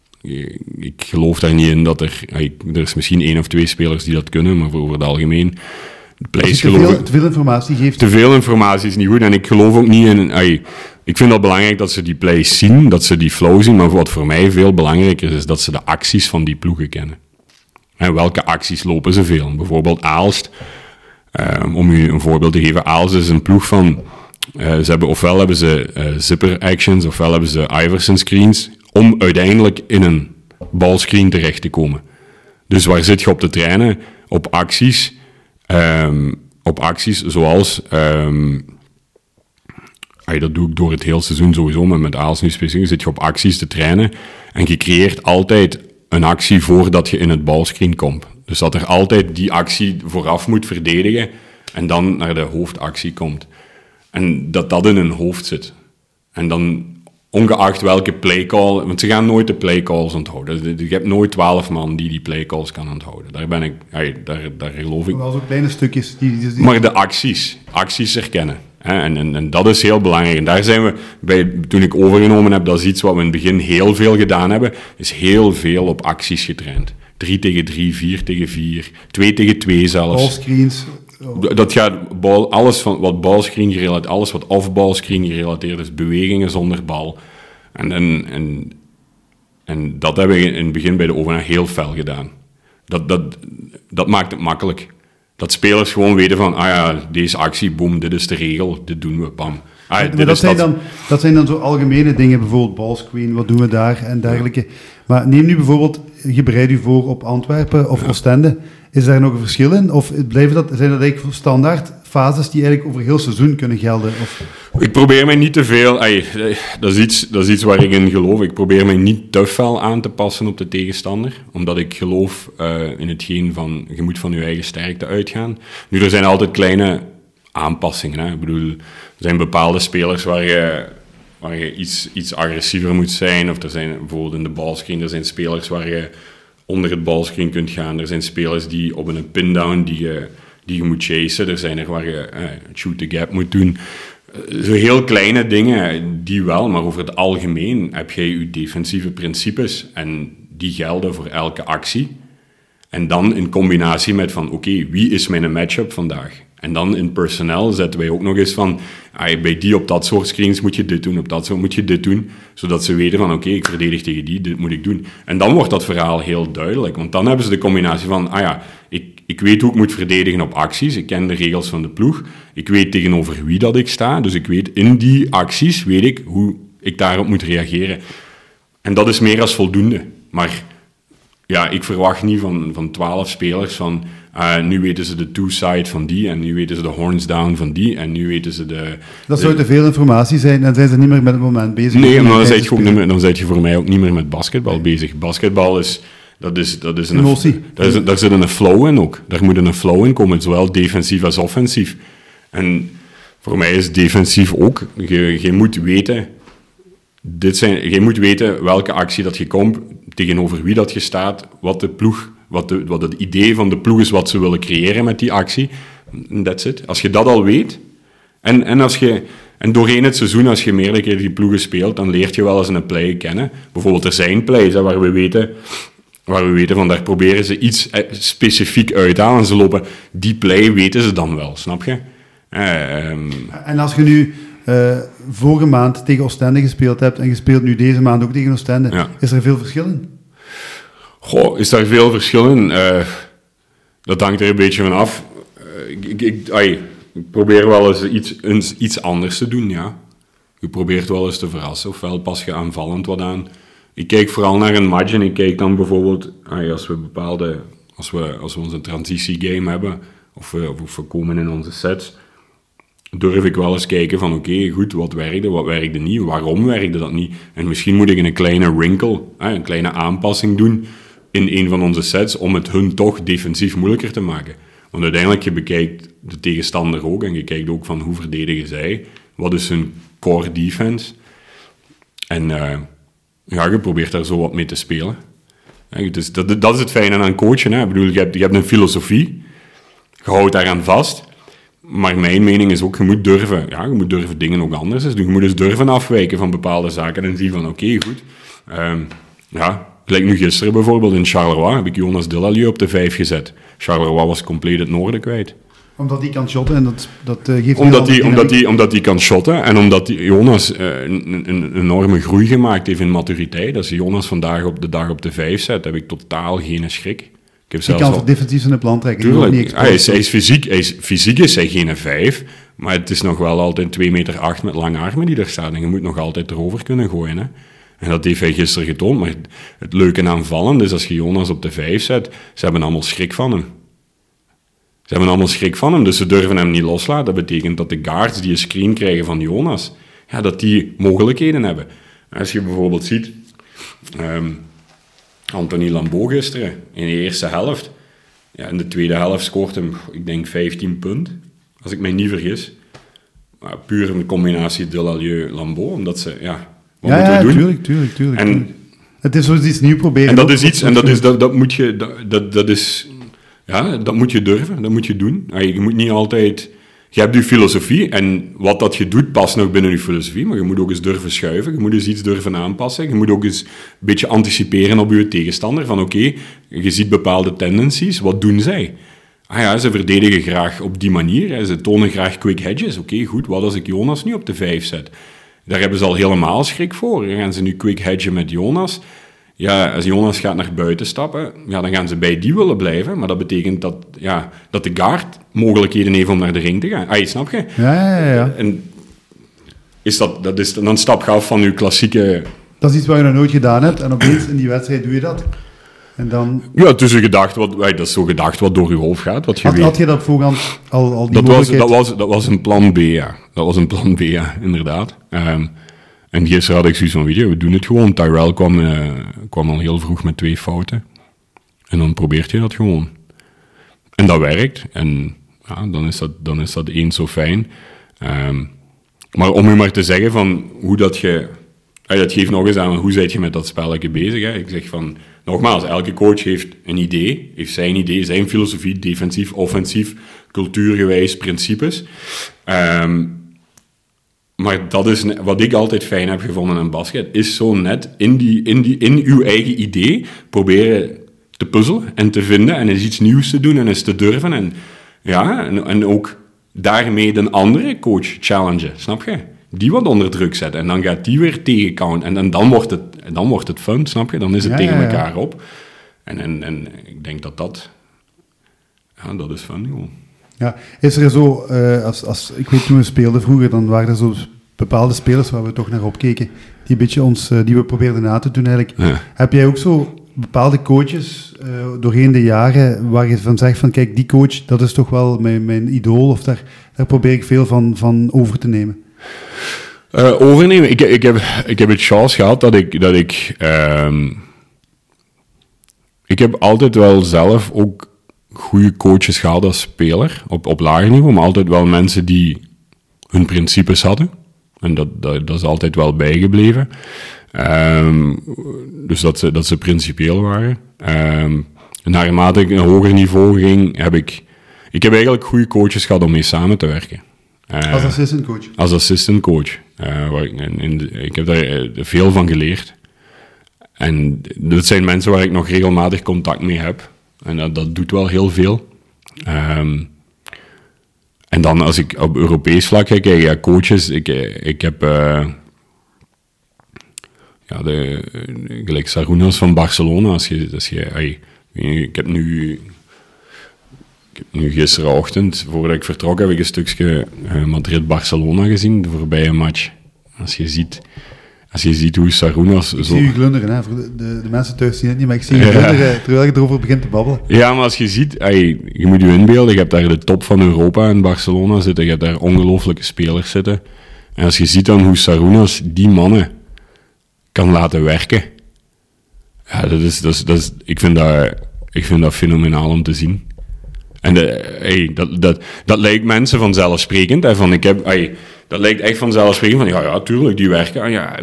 ik geloof daar niet in dat er, hey, er is misschien één of twee spelers die dat kunnen, maar voor, over het algemeen... Plays te, veel, te veel informatie geeft. Te veel informatie is niet goed. En ik geloof ook niet in... Ay, ik vind het belangrijk dat ze die plays zien, dat ze die flow zien. Maar wat voor mij veel belangrijker is, is dat ze de acties van die ploegen kennen. En welke acties lopen ze veel? Bijvoorbeeld Aalst. Um, om u een voorbeeld te geven. Aalst is een ploeg van... Uh, ze hebben, ofwel hebben ze uh, zipper actions, ofwel hebben ze Iverson screens. Om uiteindelijk in een ballscreen terecht te komen. Dus waar zit je op te trainen? Op acties... Um, op acties zoals, um, ay, dat doe ik door het hele seizoen sowieso, maar met Aalst nu specifiek, zit je op acties te trainen en je creëert altijd een actie voordat je in het balscreen komt. Dus dat er altijd die actie vooraf moet verdedigen en dan naar de hoofdactie komt. En dat dat in hun hoofd zit. En dan, ongeacht welke playcall, want ze gaan nooit de playcalls onthouden. Je hebt nooit twaalf man die die playcalls kan onthouden. Daar ben ik, hey, daar, daar geloof ik. Maar zo kleine stukjes. Die, die, die... Maar de acties, acties herkennen. En, en, en dat is heel belangrijk. En daar zijn we, bij, toen ik overgenomen heb, dat is iets wat we in het begin heel veel gedaan hebben, is heel veel op acties getraind. Drie tegen drie, vier tegen vier, twee tegen twee zelfs. Ballscreens. Dat gaat bal, alles van wat ballscreen gerelateerd, alles wat off-ballscreen gerelateerd is, bewegingen zonder bal. En, en, en, en dat hebben we in het begin bij de overname heel fel gedaan. Dat, dat, dat maakt het makkelijk. Dat spelers gewoon weten van, ah ja, deze actie, boem, dit is de regel, dit doen we, pam. Ah, maar dit dat, is zijn dat. Dan, dat zijn dan zo algemene dingen, bijvoorbeeld ballscreen, wat doen we daar en dergelijke. Maar neem nu bijvoorbeeld, je bereidt u voor op Antwerpen of ja. Oostende. Is daar nog een verschil in? Of blijven dat, zijn dat eigenlijk standaard fases die eigenlijk over heel seizoen kunnen gelden? Of? Ik probeer mij niet te veel... Ay, dat, is iets, dat is iets waar ik in geloof. Ik probeer mij niet te fel aan te passen op de tegenstander. Omdat ik geloof uh, in hetgeen van... Je moet van je eigen sterkte uitgaan. Nu, er zijn altijd kleine aanpassingen. Hè. Ik bedoel, er zijn bepaalde spelers waar je... waar je iets, iets agressiever moet zijn. Of er zijn bijvoorbeeld in de ballscreen, er zijn spelers waar je onder het ballscreen kunt gaan. Er zijn spelers die op een pin-down die je, die je moet chasen. Er zijn er waar je eh, shoot the gap moet doen. Zo heel kleine dingen, die wel. Maar over het algemeen heb jij je defensieve principes. En die gelden voor elke actie. En dan in combinatie met van, oké, okay, wie is mijn matchup vandaag? En dan in personnel zetten wij ook nog eens van, ah, bij die op dat soort screens moet je dit doen, op dat soort moet je dit doen, zodat ze weten van, oké, okay, ik verdedig tegen die, dit moet ik doen. En dan wordt dat verhaal heel duidelijk, want dan hebben ze de combinatie van, ah ja, ik, ik weet hoe ik moet verdedigen op acties, ik ken de regels van de ploeg, ik weet tegenover wie dat ik sta, dus ik weet in die acties, weet ik hoe ik daarop moet reageren. En dat is meer als voldoende, maar... Ja, ik verwacht niet van, van twaalf spelers van... Uh, nu weten ze de two-side van die... en nu weten ze de horns down van die... en nu weten ze de... Dat de, zou te veel informatie zijn... en dan zijn ze niet meer met het moment bezig. Nee, maar dan zijn je, ook niet meer, dan zijn je voor mij ook niet meer met basketbal nee. bezig. Basketbal is... Dat is, dat is een... Emotie. Daar, is, daar zit een flow in ook. Daar moet een flow in komen, zowel defensief als offensief. En voor mij is defensief ook... Je, je moet weten... Dit zijn, je moet weten welke actie dat je komt, tegenover wie dat je staat, wat de ploeg, wat, de, wat het idee van de ploeg is, wat ze willen creëren met die actie. That's it. Als je dat al weet, en, en, als je, en doorheen het seizoen, als je meerdere keer die ploegen speelt, dan leert je wel eens een play kennen. Bijvoorbeeld er zijn plays hè, waar we weten, waar we weten van daar proberen ze iets specifiek uit te halen en ze lopen die play, weten ze dan wel, snap je? Uh, um, en als je nu... Uh, vorige maand tegen Oostende gespeeld hebt en je speelt nu deze maand ook tegen Oostende. Ja. Is er veel verschil in? Goh, is daar veel verschil in? Uh, dat hangt er een beetje van af. Uh, ik, ik, ik, ay, ik probeer wel eens iets, eens iets anders te doen, ja. Je probeert wel eens te verrassen, ofwel pas je aanvallend wat aan. Ik kijk vooral naar een match en ik kijk dan bijvoorbeeld, ay, als we bepaalde, als we, als we onze transitiegame hebben, of we, of we komen in onze sets... durf ik wel eens kijken van oké, okay, goed, wat werkte, wat werkte niet, waarom werkte dat niet? En misschien moet ik een kleine wrinkle, een kleine aanpassing doen in een van onze sets om het hun toch defensief moeilijker te maken. Want uiteindelijk, je bekijkt de tegenstander ook en je kijkt ook van hoe verdedigen zij, wat is hun core defense. En uh, ja, je probeert daar zo wat mee te spelen. Dus dat, dat is het fijne aan coachen. Hè? Ik bedoel, je hebt, je hebt een filosofie, je houdt daaraan vast... Maar mijn mening is ook, je moet durven, ja, je moet durven dingen ook anders doen. Je moet dus durven afwijken van bepaalde zaken en zien van, oké, okay, goed. Um, ja, gelijk nu gisteren bijvoorbeeld in Charleroi heb ik Jonas Delalieu op de vijf gezet. Charleroi was compleet het noorden kwijt. Omdat hij kan shotten en dat, dat uh, geeft... Omdat hij, omdat, hij, omdat hij kan shotten en omdat die Jonas uh, een, een, een enorme groei gemaakt heeft in maturiteit. Als Jonas vandaag op de dag op de vijf zet, heb ik totaal geen schrik. Ik je kan voor defensief in de plan trekken. Tuurlijk, niet hij, is, hij is fysiek, hij is, fysiek is hij geen vijf, maar het is nog wel altijd twee meter acht met lange armen die er staan. En je moet nog altijd erover kunnen gooien. Hè? En dat heeft hij gisteren getoond. Maar het leuke en aanvallend is als je Jonas op de vijf zet, ze hebben allemaal schrik van hem. Ze hebben allemaal schrik van hem, dus ze durven hem niet loslaten. Dat betekent dat de guards die een screen krijgen van Jonas, ja, dat die mogelijkheden hebben. Als je bijvoorbeeld ziet... Um, Anthony Lambeau gisteren, in de eerste helft. Ja, in de tweede helft scoort hem, ik denk, vijftien punten. Als ik mij niet vergis. Maar puur een combinatie Delalieu-Lambeau, omdat ze, ja, wat ja, moeten ja, we doen? tuurlijk, tuurlijk, tuurlijk. En, het is zoals iets nieuws proberen. En dat is iets, en dat is, dat, dat moet je, dat, dat, dat is, ja, dat moet je durven, dat moet je doen. Je moet niet altijd, je hebt je filosofie en wat dat je doet past nog binnen je filosofie, maar je moet ook eens durven schuiven, je moet eens iets durven aanpassen, je moet ook eens een beetje anticiperen op je tegenstander, van oké, okay, je ziet bepaalde tendencies, wat doen zij? Ah ja, ze verdedigen graag op die manier, hè. Ze tonen graag quick hedges, oké, okay, goed, wat als ik Jonas nu op de vijf zet? Daar hebben ze al helemaal schrik voor, dan gaan ze nu quick hedgen met Jonas. Ja, als Jonas gaat naar buiten stappen, ja, dan gaan ze bij die willen blijven. Maar dat betekent dat, ja, dat de guard mogelijkheden heeft om naar de ring te gaan. Ah, snap je? Ja, ja, ja. ja. En is dat, dat is dan stap je af van je klassieke... Dat is iets wat je nog nooit gedaan hebt. En opeens in die wedstrijd doe je dat. En dan... Ja, het is een gedacht wat, dat is zo gedacht wat door je hoofd gaat. Wat je had, weet. had je dat voorhand al, al die dat mogelijkheid? Was, dat, was, dat was een plan B, ja. Dat was een plan B, ja, inderdaad. Um, En gisteren had ik zoiets van, weet je, we doen het gewoon. Tyrell kwam, uh, kwam al heel vroeg met twee fouten. En dan probeert je dat gewoon. En dat werkt. En ja, dan is dat, dan is dat eens zo fijn. Um, maar om u maar te zeggen van hoe dat je... Uh, dat geeft nog eens aan, hoe zit je met dat spelletje bezig? Hè? Ik zeg van, nogmaals, elke coach heeft een idee. Heeft zijn idee, zijn filosofie, defensief, offensief, cultuurgewijs, principes. Um, Maar dat is wat ik altijd fijn heb gevonden in basket, is zo net in, die, in, die, in uw eigen idee proberen te puzzelen en te vinden en eens iets nieuws te doen en eens te durven. En, ja, en, en ook daarmee de andere coach challengen, snap je? Die wat onder druk zetten en dan gaat die weer tegenkomen en, en dan, wordt het, dan wordt het fun, snap je? Dan is het ja, tegen ja, ja. elkaar op. En, en, en ik denk dat dat, ja, dat is fun gewoon. Ja, is er zo, uh, als, als, ik weet toen we speelden vroeger, dan waren er zo bepaalde spelers waar we toch naar opkeken, die een beetje ons, uh, die we probeerden na te doen eigenlijk. Ja. Heb jij ook zo bepaalde coaches uh, doorheen de jaren waar je van zegt van, kijk, die coach, dat is toch wel mijn, mijn idool, of daar, daar probeer ik veel van, van over te nemen? Uh, overnemen? Ik, ik, heb, ik heb het chance gehad dat ik, dat ik, um, ik heb altijd wel zelf ook goede coaches gehad als speler, op, op lager niveau, maar altijd wel mensen die hun principes hadden. En dat, dat, dat is altijd wel bijgebleven. Um, dus dat ze, dat ze principieel waren. Um, naarmate ik een hoger niveau ging, heb ik... Ik heb eigenlijk goede coaches gehad om mee samen te werken. Uh, als assistant coach? Als assistant coach. Uh, waar ik, in, in de, ik heb daar uh, veel van geleerd. En dat zijn mensen waar ik nog regelmatig contact mee heb. En dat, dat doet wel heel veel. Um, en dan als ik op Europees vlak kijk, ja, coaches, ik, ik heb uh, ja, de, gelijk Sarunas van Barcelona. Als je, als je, ay, ik heb nu, ik heb nu gisterochtend, voordat ik vertrok, heb ik een stukje uh, Madrid-Barcelona gezien, de voorbije match. Als je ziet... Als je ziet hoe Sarunas... Ik zo... zie je glunderen, hè. Voor de, de, de mensen thuis zien het niet, maar ik zie je ja. glunderen terwijl je erover begint te babbelen. Ja, maar als je ziet... Ay, je moet je inbeelden, je hebt daar de top van Europa in Barcelona zitten, je hebt daar ongelooflijke spelers zitten. En als je ziet dan hoe Sarunas die mannen kan laten werken... Ja, dat is... Dat is, dat is ik, vind dat, ik vind dat fenomenaal om te zien. En de, hey, dat, dat, dat lijkt mensen vanzelfsprekend, hè, van ik heb... Ay, dat lijkt echt vanzelfsprekend van, ja, ja, tuurlijk, die werken. Ja,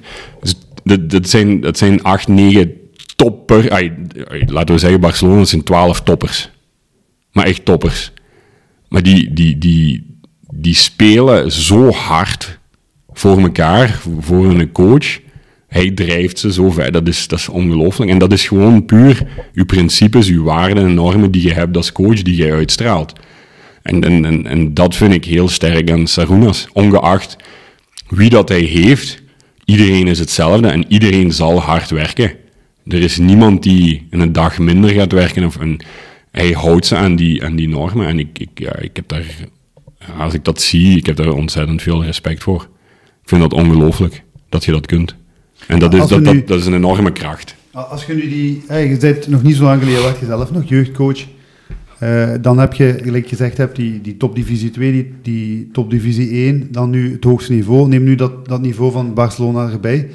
dat, dat, zijn, dat zijn acht, negen topper. Ay, laten we zeggen, Barcelona, dat zijn twaalf toppers. Maar echt toppers. Maar die, die, die, die spelen zo hard voor elkaar, voor een coach. Hij drijft ze zo ver. Dat is, dat is ongelooflijk. En dat is gewoon puur uw principes, uw waarden en normen die je hebt als coach, die je uitstraalt. En, en, en, en dat vind ik heel sterk aan Sarunas. Ongeacht wie dat hij heeft, iedereen is hetzelfde en iedereen zal hard werken. Er is niemand die een dag minder gaat werken. Of een, hij houdt ze aan die, aan die normen. En ik, ik, ja, ik heb daar, als ik dat zie, ik heb daar ontzettend veel respect voor. Ik vind dat ongelooflijk, dat je dat kunt. En dat is, dat, nu, dat, dat is een enorme kracht. Als je nu die... Hey, je bent nog niet zo lang geleden, werd je zelf nog jeugdcoach. Uh, dan heb je, gelijk gezegd hebt, die, die topdivisie twee, die, die topdivisie één, dan nu het hoogste niveau. Neem nu dat, dat niveau van Barcelona erbij.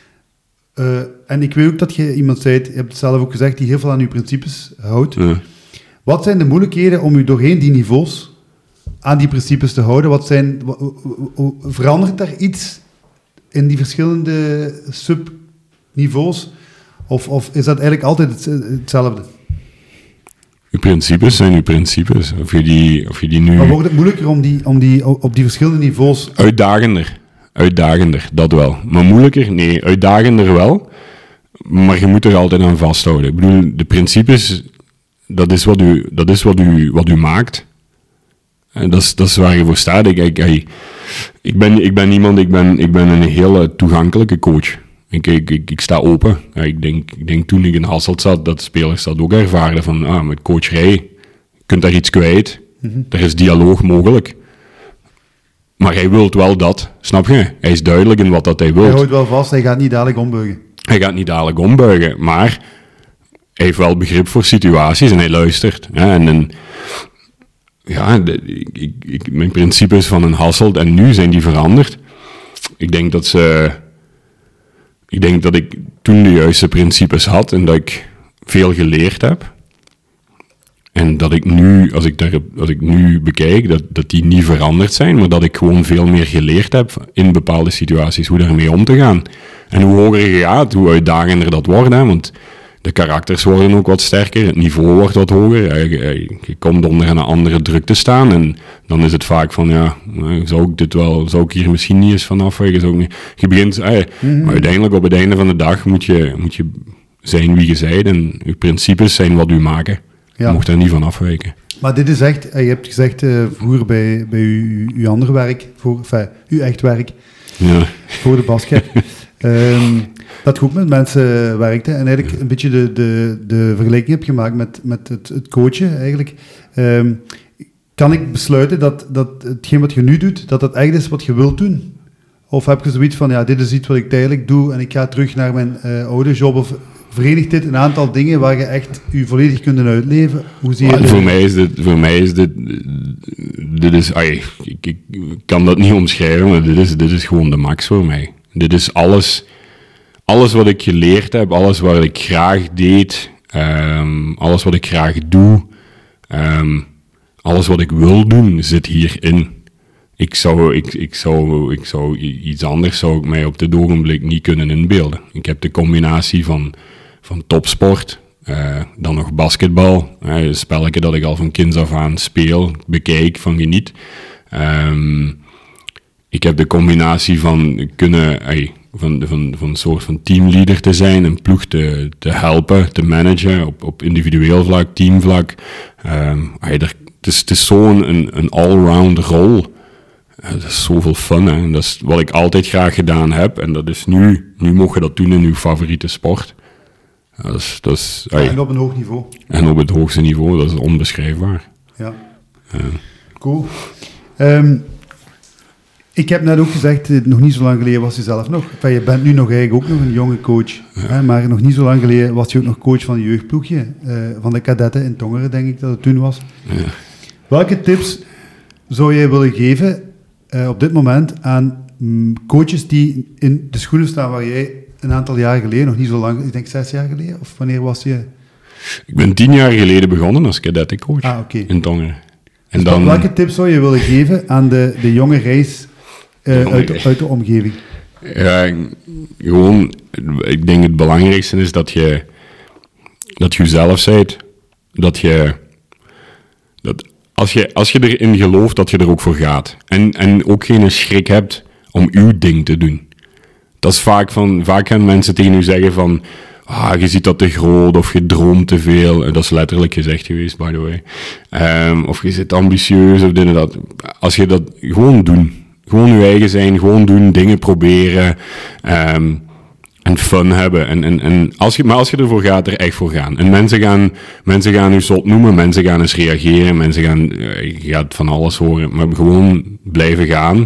Uh, en ik weet ook dat je iemand zei, je hebt het zelf ook gezegd, die heel veel aan je principes houdt. Ja. Wat zijn de moeilijkheden om je doorheen die niveaus aan die principes te houden? Wat zijn, verandert daar iets in die verschillende subniveaus? Of, of is dat eigenlijk altijd het, hetzelfde? je principes zijn je principes. Of je die, of je die nu... Maar wordt het moeilijker om die, om die op die verschillende niveaus... Uitdagender. Uitdagender, dat wel. Maar moeilijker? Nee, uitdagender wel. Maar je moet er altijd aan vasthouden. Ik bedoel, de principes, dat is wat u, dat is wat u, wat u maakt. En dat is, dat is waar je voor staat. Ik, ik, ik, ik, ben, ik ben iemand, ik ben, ik ben een hele toegankelijke coach. Ik, ik, ik, ik sta open. Ja, ik, denk, ik denk toen ik in Hasselt zat, dat spelers dat ook ervaren. Van, ah, met coacherij, je kunt daar iets kwijt. Mm-hmm. Er is dialoog mogelijk. Maar hij wil wel dat, snap je? Hij is duidelijk in wat dat hij wil. Hij houdt wel vast, hij gaat niet dadelijk ombuigen. Hij gaat niet dadelijk ombuigen, maar hij heeft wel begrip voor situaties en hij luistert. Ja, en, en ja, de, ik, ik, mijn principes van een Hasselt en nu zijn die veranderd. Ik denk dat ze... Ik denk dat ik toen de juiste principes had en dat ik veel geleerd heb. En dat ik nu, als ik, daar, als ik nu bekijk, dat, dat die niet veranderd zijn, maar dat ik gewoon veel meer geleerd heb in bepaalde situaties, hoe daarmee om te gaan. En hoe hoger je gaat, hoe uitdagender dat wordt, hè, want de karakters worden ook wat sterker, het niveau wordt wat hoger, je, je, je komt onder een andere druk te staan en dan is het vaak van, ja, zou ik dit wel, zou ik hier misschien niet eens vanaf wijken, zou ik niet, je begint, hey, mm-hmm. maar uiteindelijk op het einde van de dag moet je, moet je zijn wie je zijt en je principes zijn wat u maken. Je ja. mocht daar niet van afwijken. Maar dit is echt, je hebt gezegd uh, vroeger bij, bij uw, uw andere werk, voor, enfin, uw echt werk, ja. voor de basket, um, dat je ook met mensen werkte en eigenlijk een beetje de, de, de vergelijking hebt gemaakt met, met het, het coachen eigenlijk. Um, kan ik besluiten dat, dat hetgeen wat je nu doet, dat dat echt is wat je wilt doen? Of heb je zoiets van, ja, dit is iets wat ik tijdelijk doe en ik ga terug naar mijn uh, oude job, of verenigt dit een aantal dingen waar je echt je volledig kunt uitleven? Hoe zie je dit? Voor mij is dit, voor mij is dit, dit is, ay, ik, ik kan dat niet omschrijven, maar dit is, dit is gewoon de max voor mij. Dit is alles, alles wat ik geleerd heb, alles wat ik graag deed, um, alles wat ik graag doe, um, alles wat ik wil doen, zit hierin. Ik zou, ik, ik zou, ik zou iets anders zou ik mij op dit ogenblik niet kunnen inbeelden. Ik heb de combinatie van, van topsport, uh, dan nog basketbal, uh, een spelletje dat ik al van kinds af aan speel, bekijk, van geniet. Um, ik heb de combinatie van kunnen, uh, van, van, van een soort van teamleader te zijn, een ploeg te, te helpen, te managen op, op individueel vlak, teamvlak. Um, uh, er, het is, het is zo'n een, een all-round rol. Ja, dat is zoveel fun, hè. Dat is wat ik altijd graag gedaan heb. En dat is nu, nu mocht je dat doen in uw favoriete sport. Ja, dat is, dat is, ja, en op een hoog niveau. En op het hoogste niveau, dat is onbeschrijfbaar. Ja. ja. Cool. Um, ik heb net ook gezegd, nog niet zo lang geleden was je zelf nog. Enfin, je bent nu nog eigenlijk ook nog een jonge coach. Ja. Hè, maar nog niet zo lang geleden was je ook nog coach van de jeugdploegje. Uh, van de kadetten in Tongeren, denk ik dat het toen was. Ja. Welke tips zou jij willen geven... Uh, op dit moment aan um, coaches die in de schoenen staan waar jij een aantal jaar geleden, nog niet zo lang, ik denk zes jaar geleden, of wanneer was je? Ik ben tien jaar geleden begonnen als kadettencoach ah, okay. in Tongeren. En dus dan... Welke tips zou je willen geven aan de, de jonge reis uh, de jonge uit, reis. uit de omgeving? Ja, gewoon, ik denk het belangrijkste is dat je dat je jezelf bent, dat je dat Als je, als je erin gelooft, dat je er ook voor gaat. En, en ook geen schrik hebt om uw ding te doen. Dat is vaak van, vaak gaan mensen tegen u zeggen van, ah, je ziet dat te groot, of je droomt te veel. En dat is letterlijk gezegd geweest, by the way. Um, of je zit ambitieus, of dit en dat. Als je dat, gewoon doen. Gewoon je eigen zijn, gewoon doen, dingen proberen. Um, En fun hebben. En, en, en als je, maar als je ervoor gaat, er echt voor gaan. En mensen gaan, mensen gaan u zot noemen, mensen gaan eens reageren, mensen gaan, je gaat van alles horen, maar gewoon blijven gaan.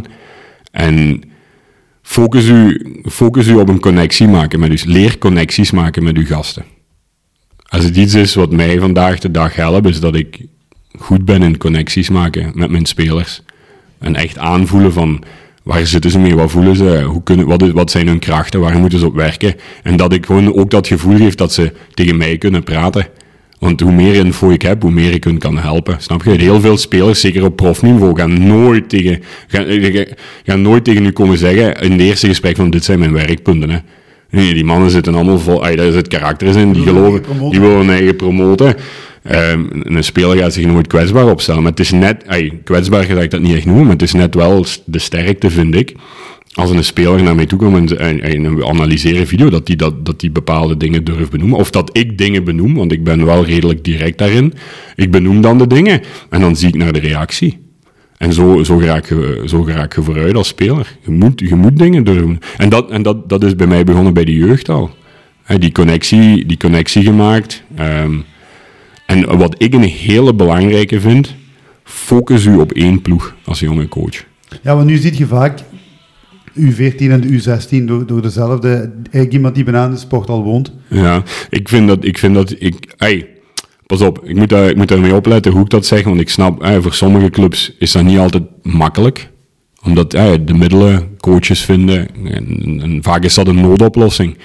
En focus u, focus u op een connectie maken met u. Leer connecties maken met uw gasten. Als het iets is wat mij vandaag de dag helpt, is dat ik goed ben in connecties maken met mijn spelers. En echt aanvoelen van, waar zitten ze mee? Wat voelen ze? Hoe kunnen, wat, is, wat zijn hun krachten? Waar moeten ze op werken? En dat ik gewoon ook dat gevoel geef dat ze tegen mij kunnen praten. Want hoe meer info ik heb, hoe meer ik hun kan helpen. Snap je? Heel veel spelers, zeker op profniveau, gaan nooit tegen, gaan, gaan nooit tegen u komen zeggen in het eerste gesprek van dit zijn mijn werkpunten. Hè. Nee, die mannen zitten allemaal vol, ay, daar zit karakters in, die geloven, die willen hun eigen promoten. Um, een speler gaat zich nooit kwetsbaar opstellen. Maar het is net, ay, kwetsbaar ga ik dat niet echt noemen, maar het is net wel de sterkte, vind ik. Als een speler naar mij toe komt en, en, en we analyseren video, dat die, dat, dat die bepaalde dingen durft benoemen. Of dat ik dingen benoem, want ik ben wel redelijk direct daarin. Ik benoem dan de dingen en dan zie ik naar de reactie. En zo, zo, raak je, zo raak je vooruit als speler. Je moet, je moet dingen durven. En, dat, en dat, dat is bij mij begonnen bij de jeugd al. He, die, connectie, die connectie gemaakt. Um, en wat ik een hele belangrijke vind, focus u op één ploeg als jonge coach. Ja, want nu zie je vaak U veertien en de U zestien door, door dezelfde, eigenlijk iemand die bijna in de sport al woont. Ja, ik vind dat, ik vind dat, ik, hey, pas op, ik moet, daar, ik moet daarmee opletten hoe ik dat zeg, want ik snap, hey, voor sommige clubs is dat niet altijd makkelijk, omdat hey, de middelen coaches vinden, en, en vaak is dat een noodoplossing.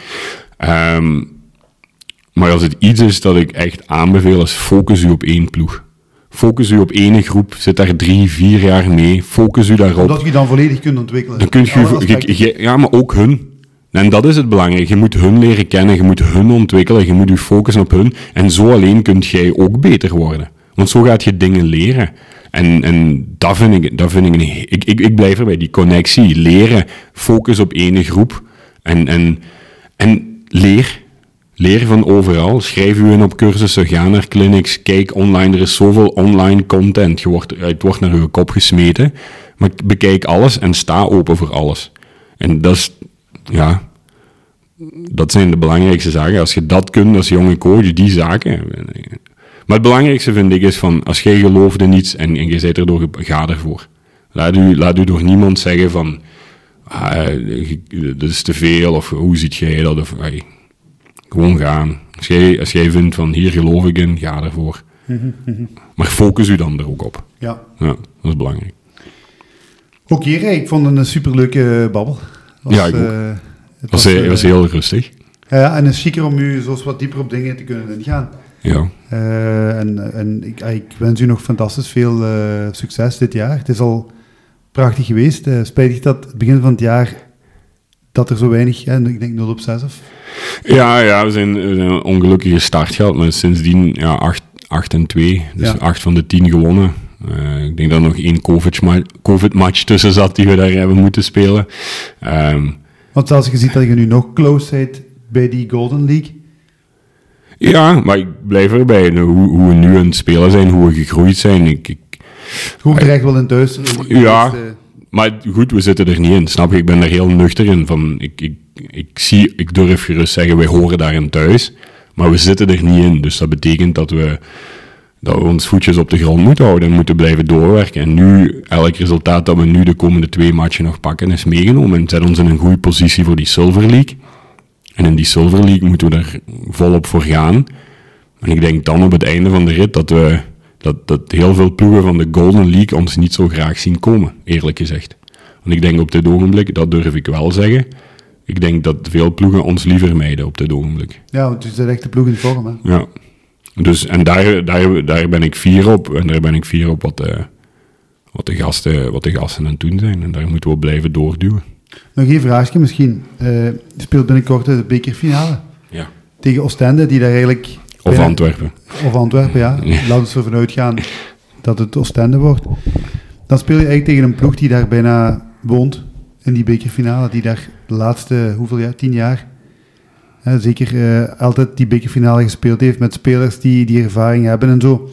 Um, maar als het iets is dat ik echt aanbeveel, is focus u op één ploeg. Focus u op één groep, zit daar drie, vier jaar mee, focus u daarop. Dat je dan volledig kunt ontwikkelen. Dan kun je, je, je, ja, maar ook hun. En dat is het belangrijke. Je moet hun leren kennen, je moet hun ontwikkelen, je moet je focussen op hun. En zo alleen kun jij ook beter worden. Want zo gaat je dingen leren. En, en dat vind ik, dat vind ik, een, ik, ik, ik blijf erbij, die connectie, leren, focus op één groep. En, en, en leer. Leer van overal, schrijf u in op cursussen, ga naar clinics, kijk online, er is zoveel online content, je wordt, het wordt naar je kop gesmeten, maar bekijk alles en sta open voor alles. En dat is, ja, dat zijn de belangrijkste zaken. Als je dat kunt als jonge coach, die zaken. Maar het belangrijkste vind ik is van, als jij gelooft in iets en, en je bent erdoor, ga ervoor. Laat u, laat u door niemand zeggen van, ah, dat is te veel, of hoe ziet jij dat, of... Ay, gewoon gaan. Als jij, als jij vindt van hier geloof ik in, ga ervoor. Maar focus u dan er ook op. Ja. Ja, dat is belangrijk. Oké, okay, ik vond het een superleuke babbel. Was, ja, ik ook. Uh, het was, was, uh, was heel rustig. Ja, en het is chiquer om u zo wat dieper op dingen te kunnen ingaan. Ja. Uh, en en ik, ik wens u nog fantastisch veel uh, succes dit jaar. Het is al prachtig geweest. Uh, spijtig dat het begin van het jaar dat er zo weinig, hè, ik denk nul op zes of... Ja, ja, we zijn, we zijn een ongelukkige start gehad, maar sindsdien ja, acht en twee, dus ja. acht van de tien gewonnen. Uh, ik denk dat er nog één COVID-match tussen zat die we daar hebben moeten spelen. Um, Want als je ziet dat je nu nog close bent bij die Golden League... Ja, maar ik blijf erbij. Hoe, hoe we nu aan het spelen zijn, hoe we gegroeid zijn. Ik, ik, Hoe er echt wel in thuis... Ja, thuis, maar goed, we zitten er niet in, snap je? Ik ben er heel nuchter in. Van, ik, ik, ik, zie, ik durf gerust zeggen, wij horen daarin thuis. Maar we zitten er niet in. Dus dat betekent dat we, dat we ons voetjes op de grond moeten houden en moeten blijven doorwerken. En nu, elk resultaat dat we nu de komende twee matchen nog pakken, is meegenomen. En zet ons in een goede positie voor die Silver League. En in die Silver League moeten we er volop voor gaan. En ik denk dan op het einde van de rit dat we... Dat, dat heel veel ploegen van de Golden League ons niet zo graag zien komen, eerlijk gezegd. Want ik denk op dit ogenblik, dat durf ik wel zeggen, ik denk dat veel ploegen ons liever mijden op dit ogenblik. Ja, want het is echt de ploeg in vorm, hè? Ja. Dus, en daar, daar, daar ben ik fier op, en daar ben ik fier op wat de, wat de, gasten, wat de gasten aan het doen zijn. En daar moeten we blijven doorduwen. Nog één vraagje misschien. Uh, je speelt binnenkort de bekerfinale. Ja. Tegen Oostende, die daar eigenlijk... Of binnen... Antwerpen. Of Antwerpen, ja. ja. Laten we ervan uitgaan dat het Oostende wordt. Dan speel je eigenlijk tegen een ploeg die daar bijna woont, in die bekerfinale, die daar de laatste, hoeveel jaar, tien jaar, hè, zeker uh, altijd die bekerfinale gespeeld heeft, met spelers die die ervaring hebben en zo.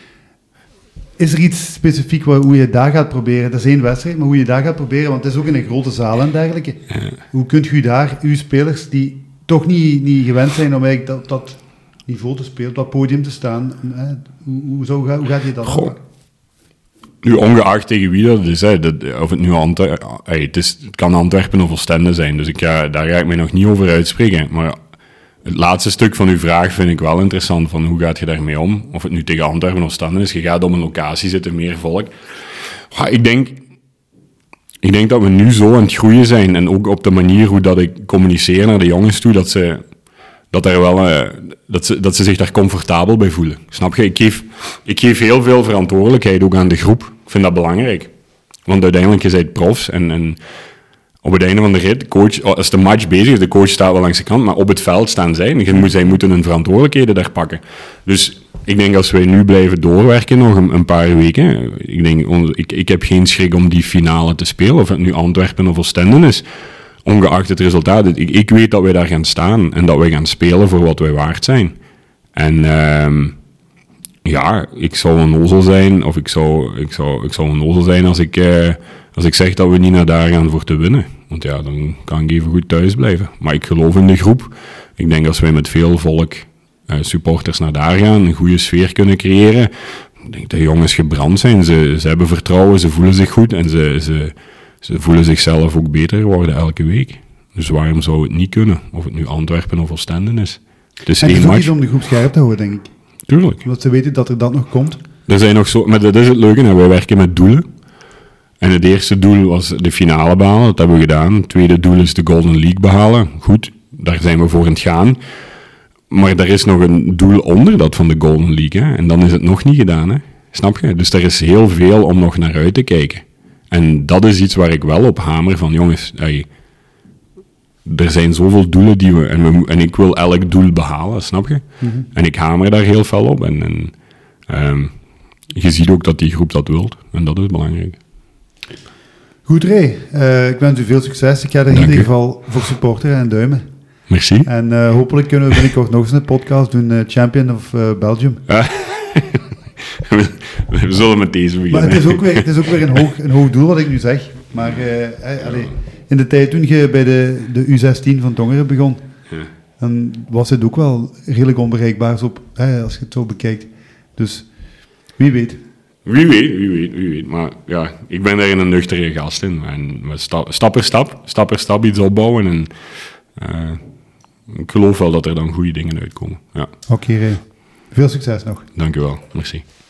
Is er iets specifiek waar, hoe je daar gaat proberen? Dat is één wedstrijd, maar hoe je daar gaat proberen, want het is ook in een grote zaal en dergelijke. Ja. Hoe kunt u daar, uw spelers die toch niet, niet gewend zijn om eigenlijk dat... dat niveau te spelen, op dat podium te staan. Hè? Hoe, hoe, zo, hoe gaat je dat doen? Nu, ongeacht tegen wie dat is, hè, dat, of het nu Antwer- hey, het, is, het kan Antwerpen of Oostende zijn, dus ik ga, daar ga ik mij nog niet over uitspreken. Maar het laatste stuk van uw vraag vind ik wel interessant, van hoe gaat je daarmee om? Of het nu tegen Antwerpen of Oostende is, je gaat op een locatie zitten, meer volk. Ja, ik denk... Ik denk dat we nu zo aan het groeien zijn, en ook op de manier hoe dat ik communiceer naar de jongens toe, dat ze... Dat, er wel, uh, dat, ze, dat ze zich daar comfortabel bij voelen. Snap je? Ik geef, ik geef heel veel verantwoordelijkheid ook aan de groep. Ik vind dat belangrijk. Want uiteindelijk, je bent profs. En, en op het einde van de rit, coach, als de match bezig is, de coach staat wel langs de kant, maar op het veld staan zij. En zij moeten hun verantwoordelijkheden daar pakken. Dus ik denk als wij nu blijven doorwerken nog een, een paar weken, ik, denk, on, ik, ik heb geen schrik om die finale te spelen, of het nu Antwerpen of Oostende is, ongeacht het resultaat. Ik, ik weet dat wij daar gaan staan en dat wij gaan spelen voor wat wij waard zijn. En uh, ja, ik zou een onnozel zijn, of ik zou, ik zou, ik zou een onnozel zijn als ik, uh, als ik zeg dat we niet naar daar gaan voor te winnen. Want ja, dan kan ik even goed thuis blijven. Maar ik geloof in de groep. Ik denk als wij met veel volk, uh, supporters naar daar gaan, een goede sfeer kunnen creëren. Ik denk dat de jongens gebrand zijn. Ze, ze hebben vertrouwen, ze voelen zich goed en ze, ze, ze voelen zichzelf ook beter worden elke week. Dus waarom zou het niet kunnen? Of het nu Antwerpen of Oostende is. Het is en het één is ook match. iets om de groep scherp te houden, denk ik. Tuurlijk. Omdat ze weten dat er dat nog komt. Er zijn nog zo, maar dat is het leuke, hè. Wij werken met doelen. En het eerste doel was de finale behalen, dat hebben we gedaan. Het tweede doel is de Golden League behalen. Goed, daar zijn we voor aan het gaan. Maar er is nog een doel onder dat van de Golden League. Hè. En dan is het nog niet gedaan. Hè. Snap je? Dus er is heel veel om nog naar uit te kijken. En dat is iets waar ik wel op hamer van, jongens, hey, er zijn zoveel doelen die we en, we... en ik wil elk doel behalen, snap je? Mm-hmm. En ik hamer daar heel fel op. En, en um, je ziet ook dat die groep dat wil. En dat is belangrijk. Goed, Ray. Uh, ik wens u veel succes. Ik ga er in ieder geval voor supporteren en duimen. Merci. En uh, hopelijk kunnen we binnenkort nog eens een podcast doen, uh, Champion of uh, Belgium. Uh, we, we zullen met deze beginnen. Maar het is ook weer, het is ook weer een, hoog, een hoog doel wat ik nu zeg. Maar uh, uh, allee, in de tijd toen je bij de, de U zestien van Tongeren begon, ja. dan was het ook wel redelijk onbereikbaar op, hè, als je het zo bekijkt. Dus wie weet. Wie weet, wie weet, wie weet. Maar ja, ik ben daar een nuchtere gast in. En we sta, stap per stap, stap per stap iets opbouwen. En uh, ik geloof wel dat er dan goede dingen uitkomen. Ja. Oké, okay, Ray. Veel succes nog. Dank u wel. Merci.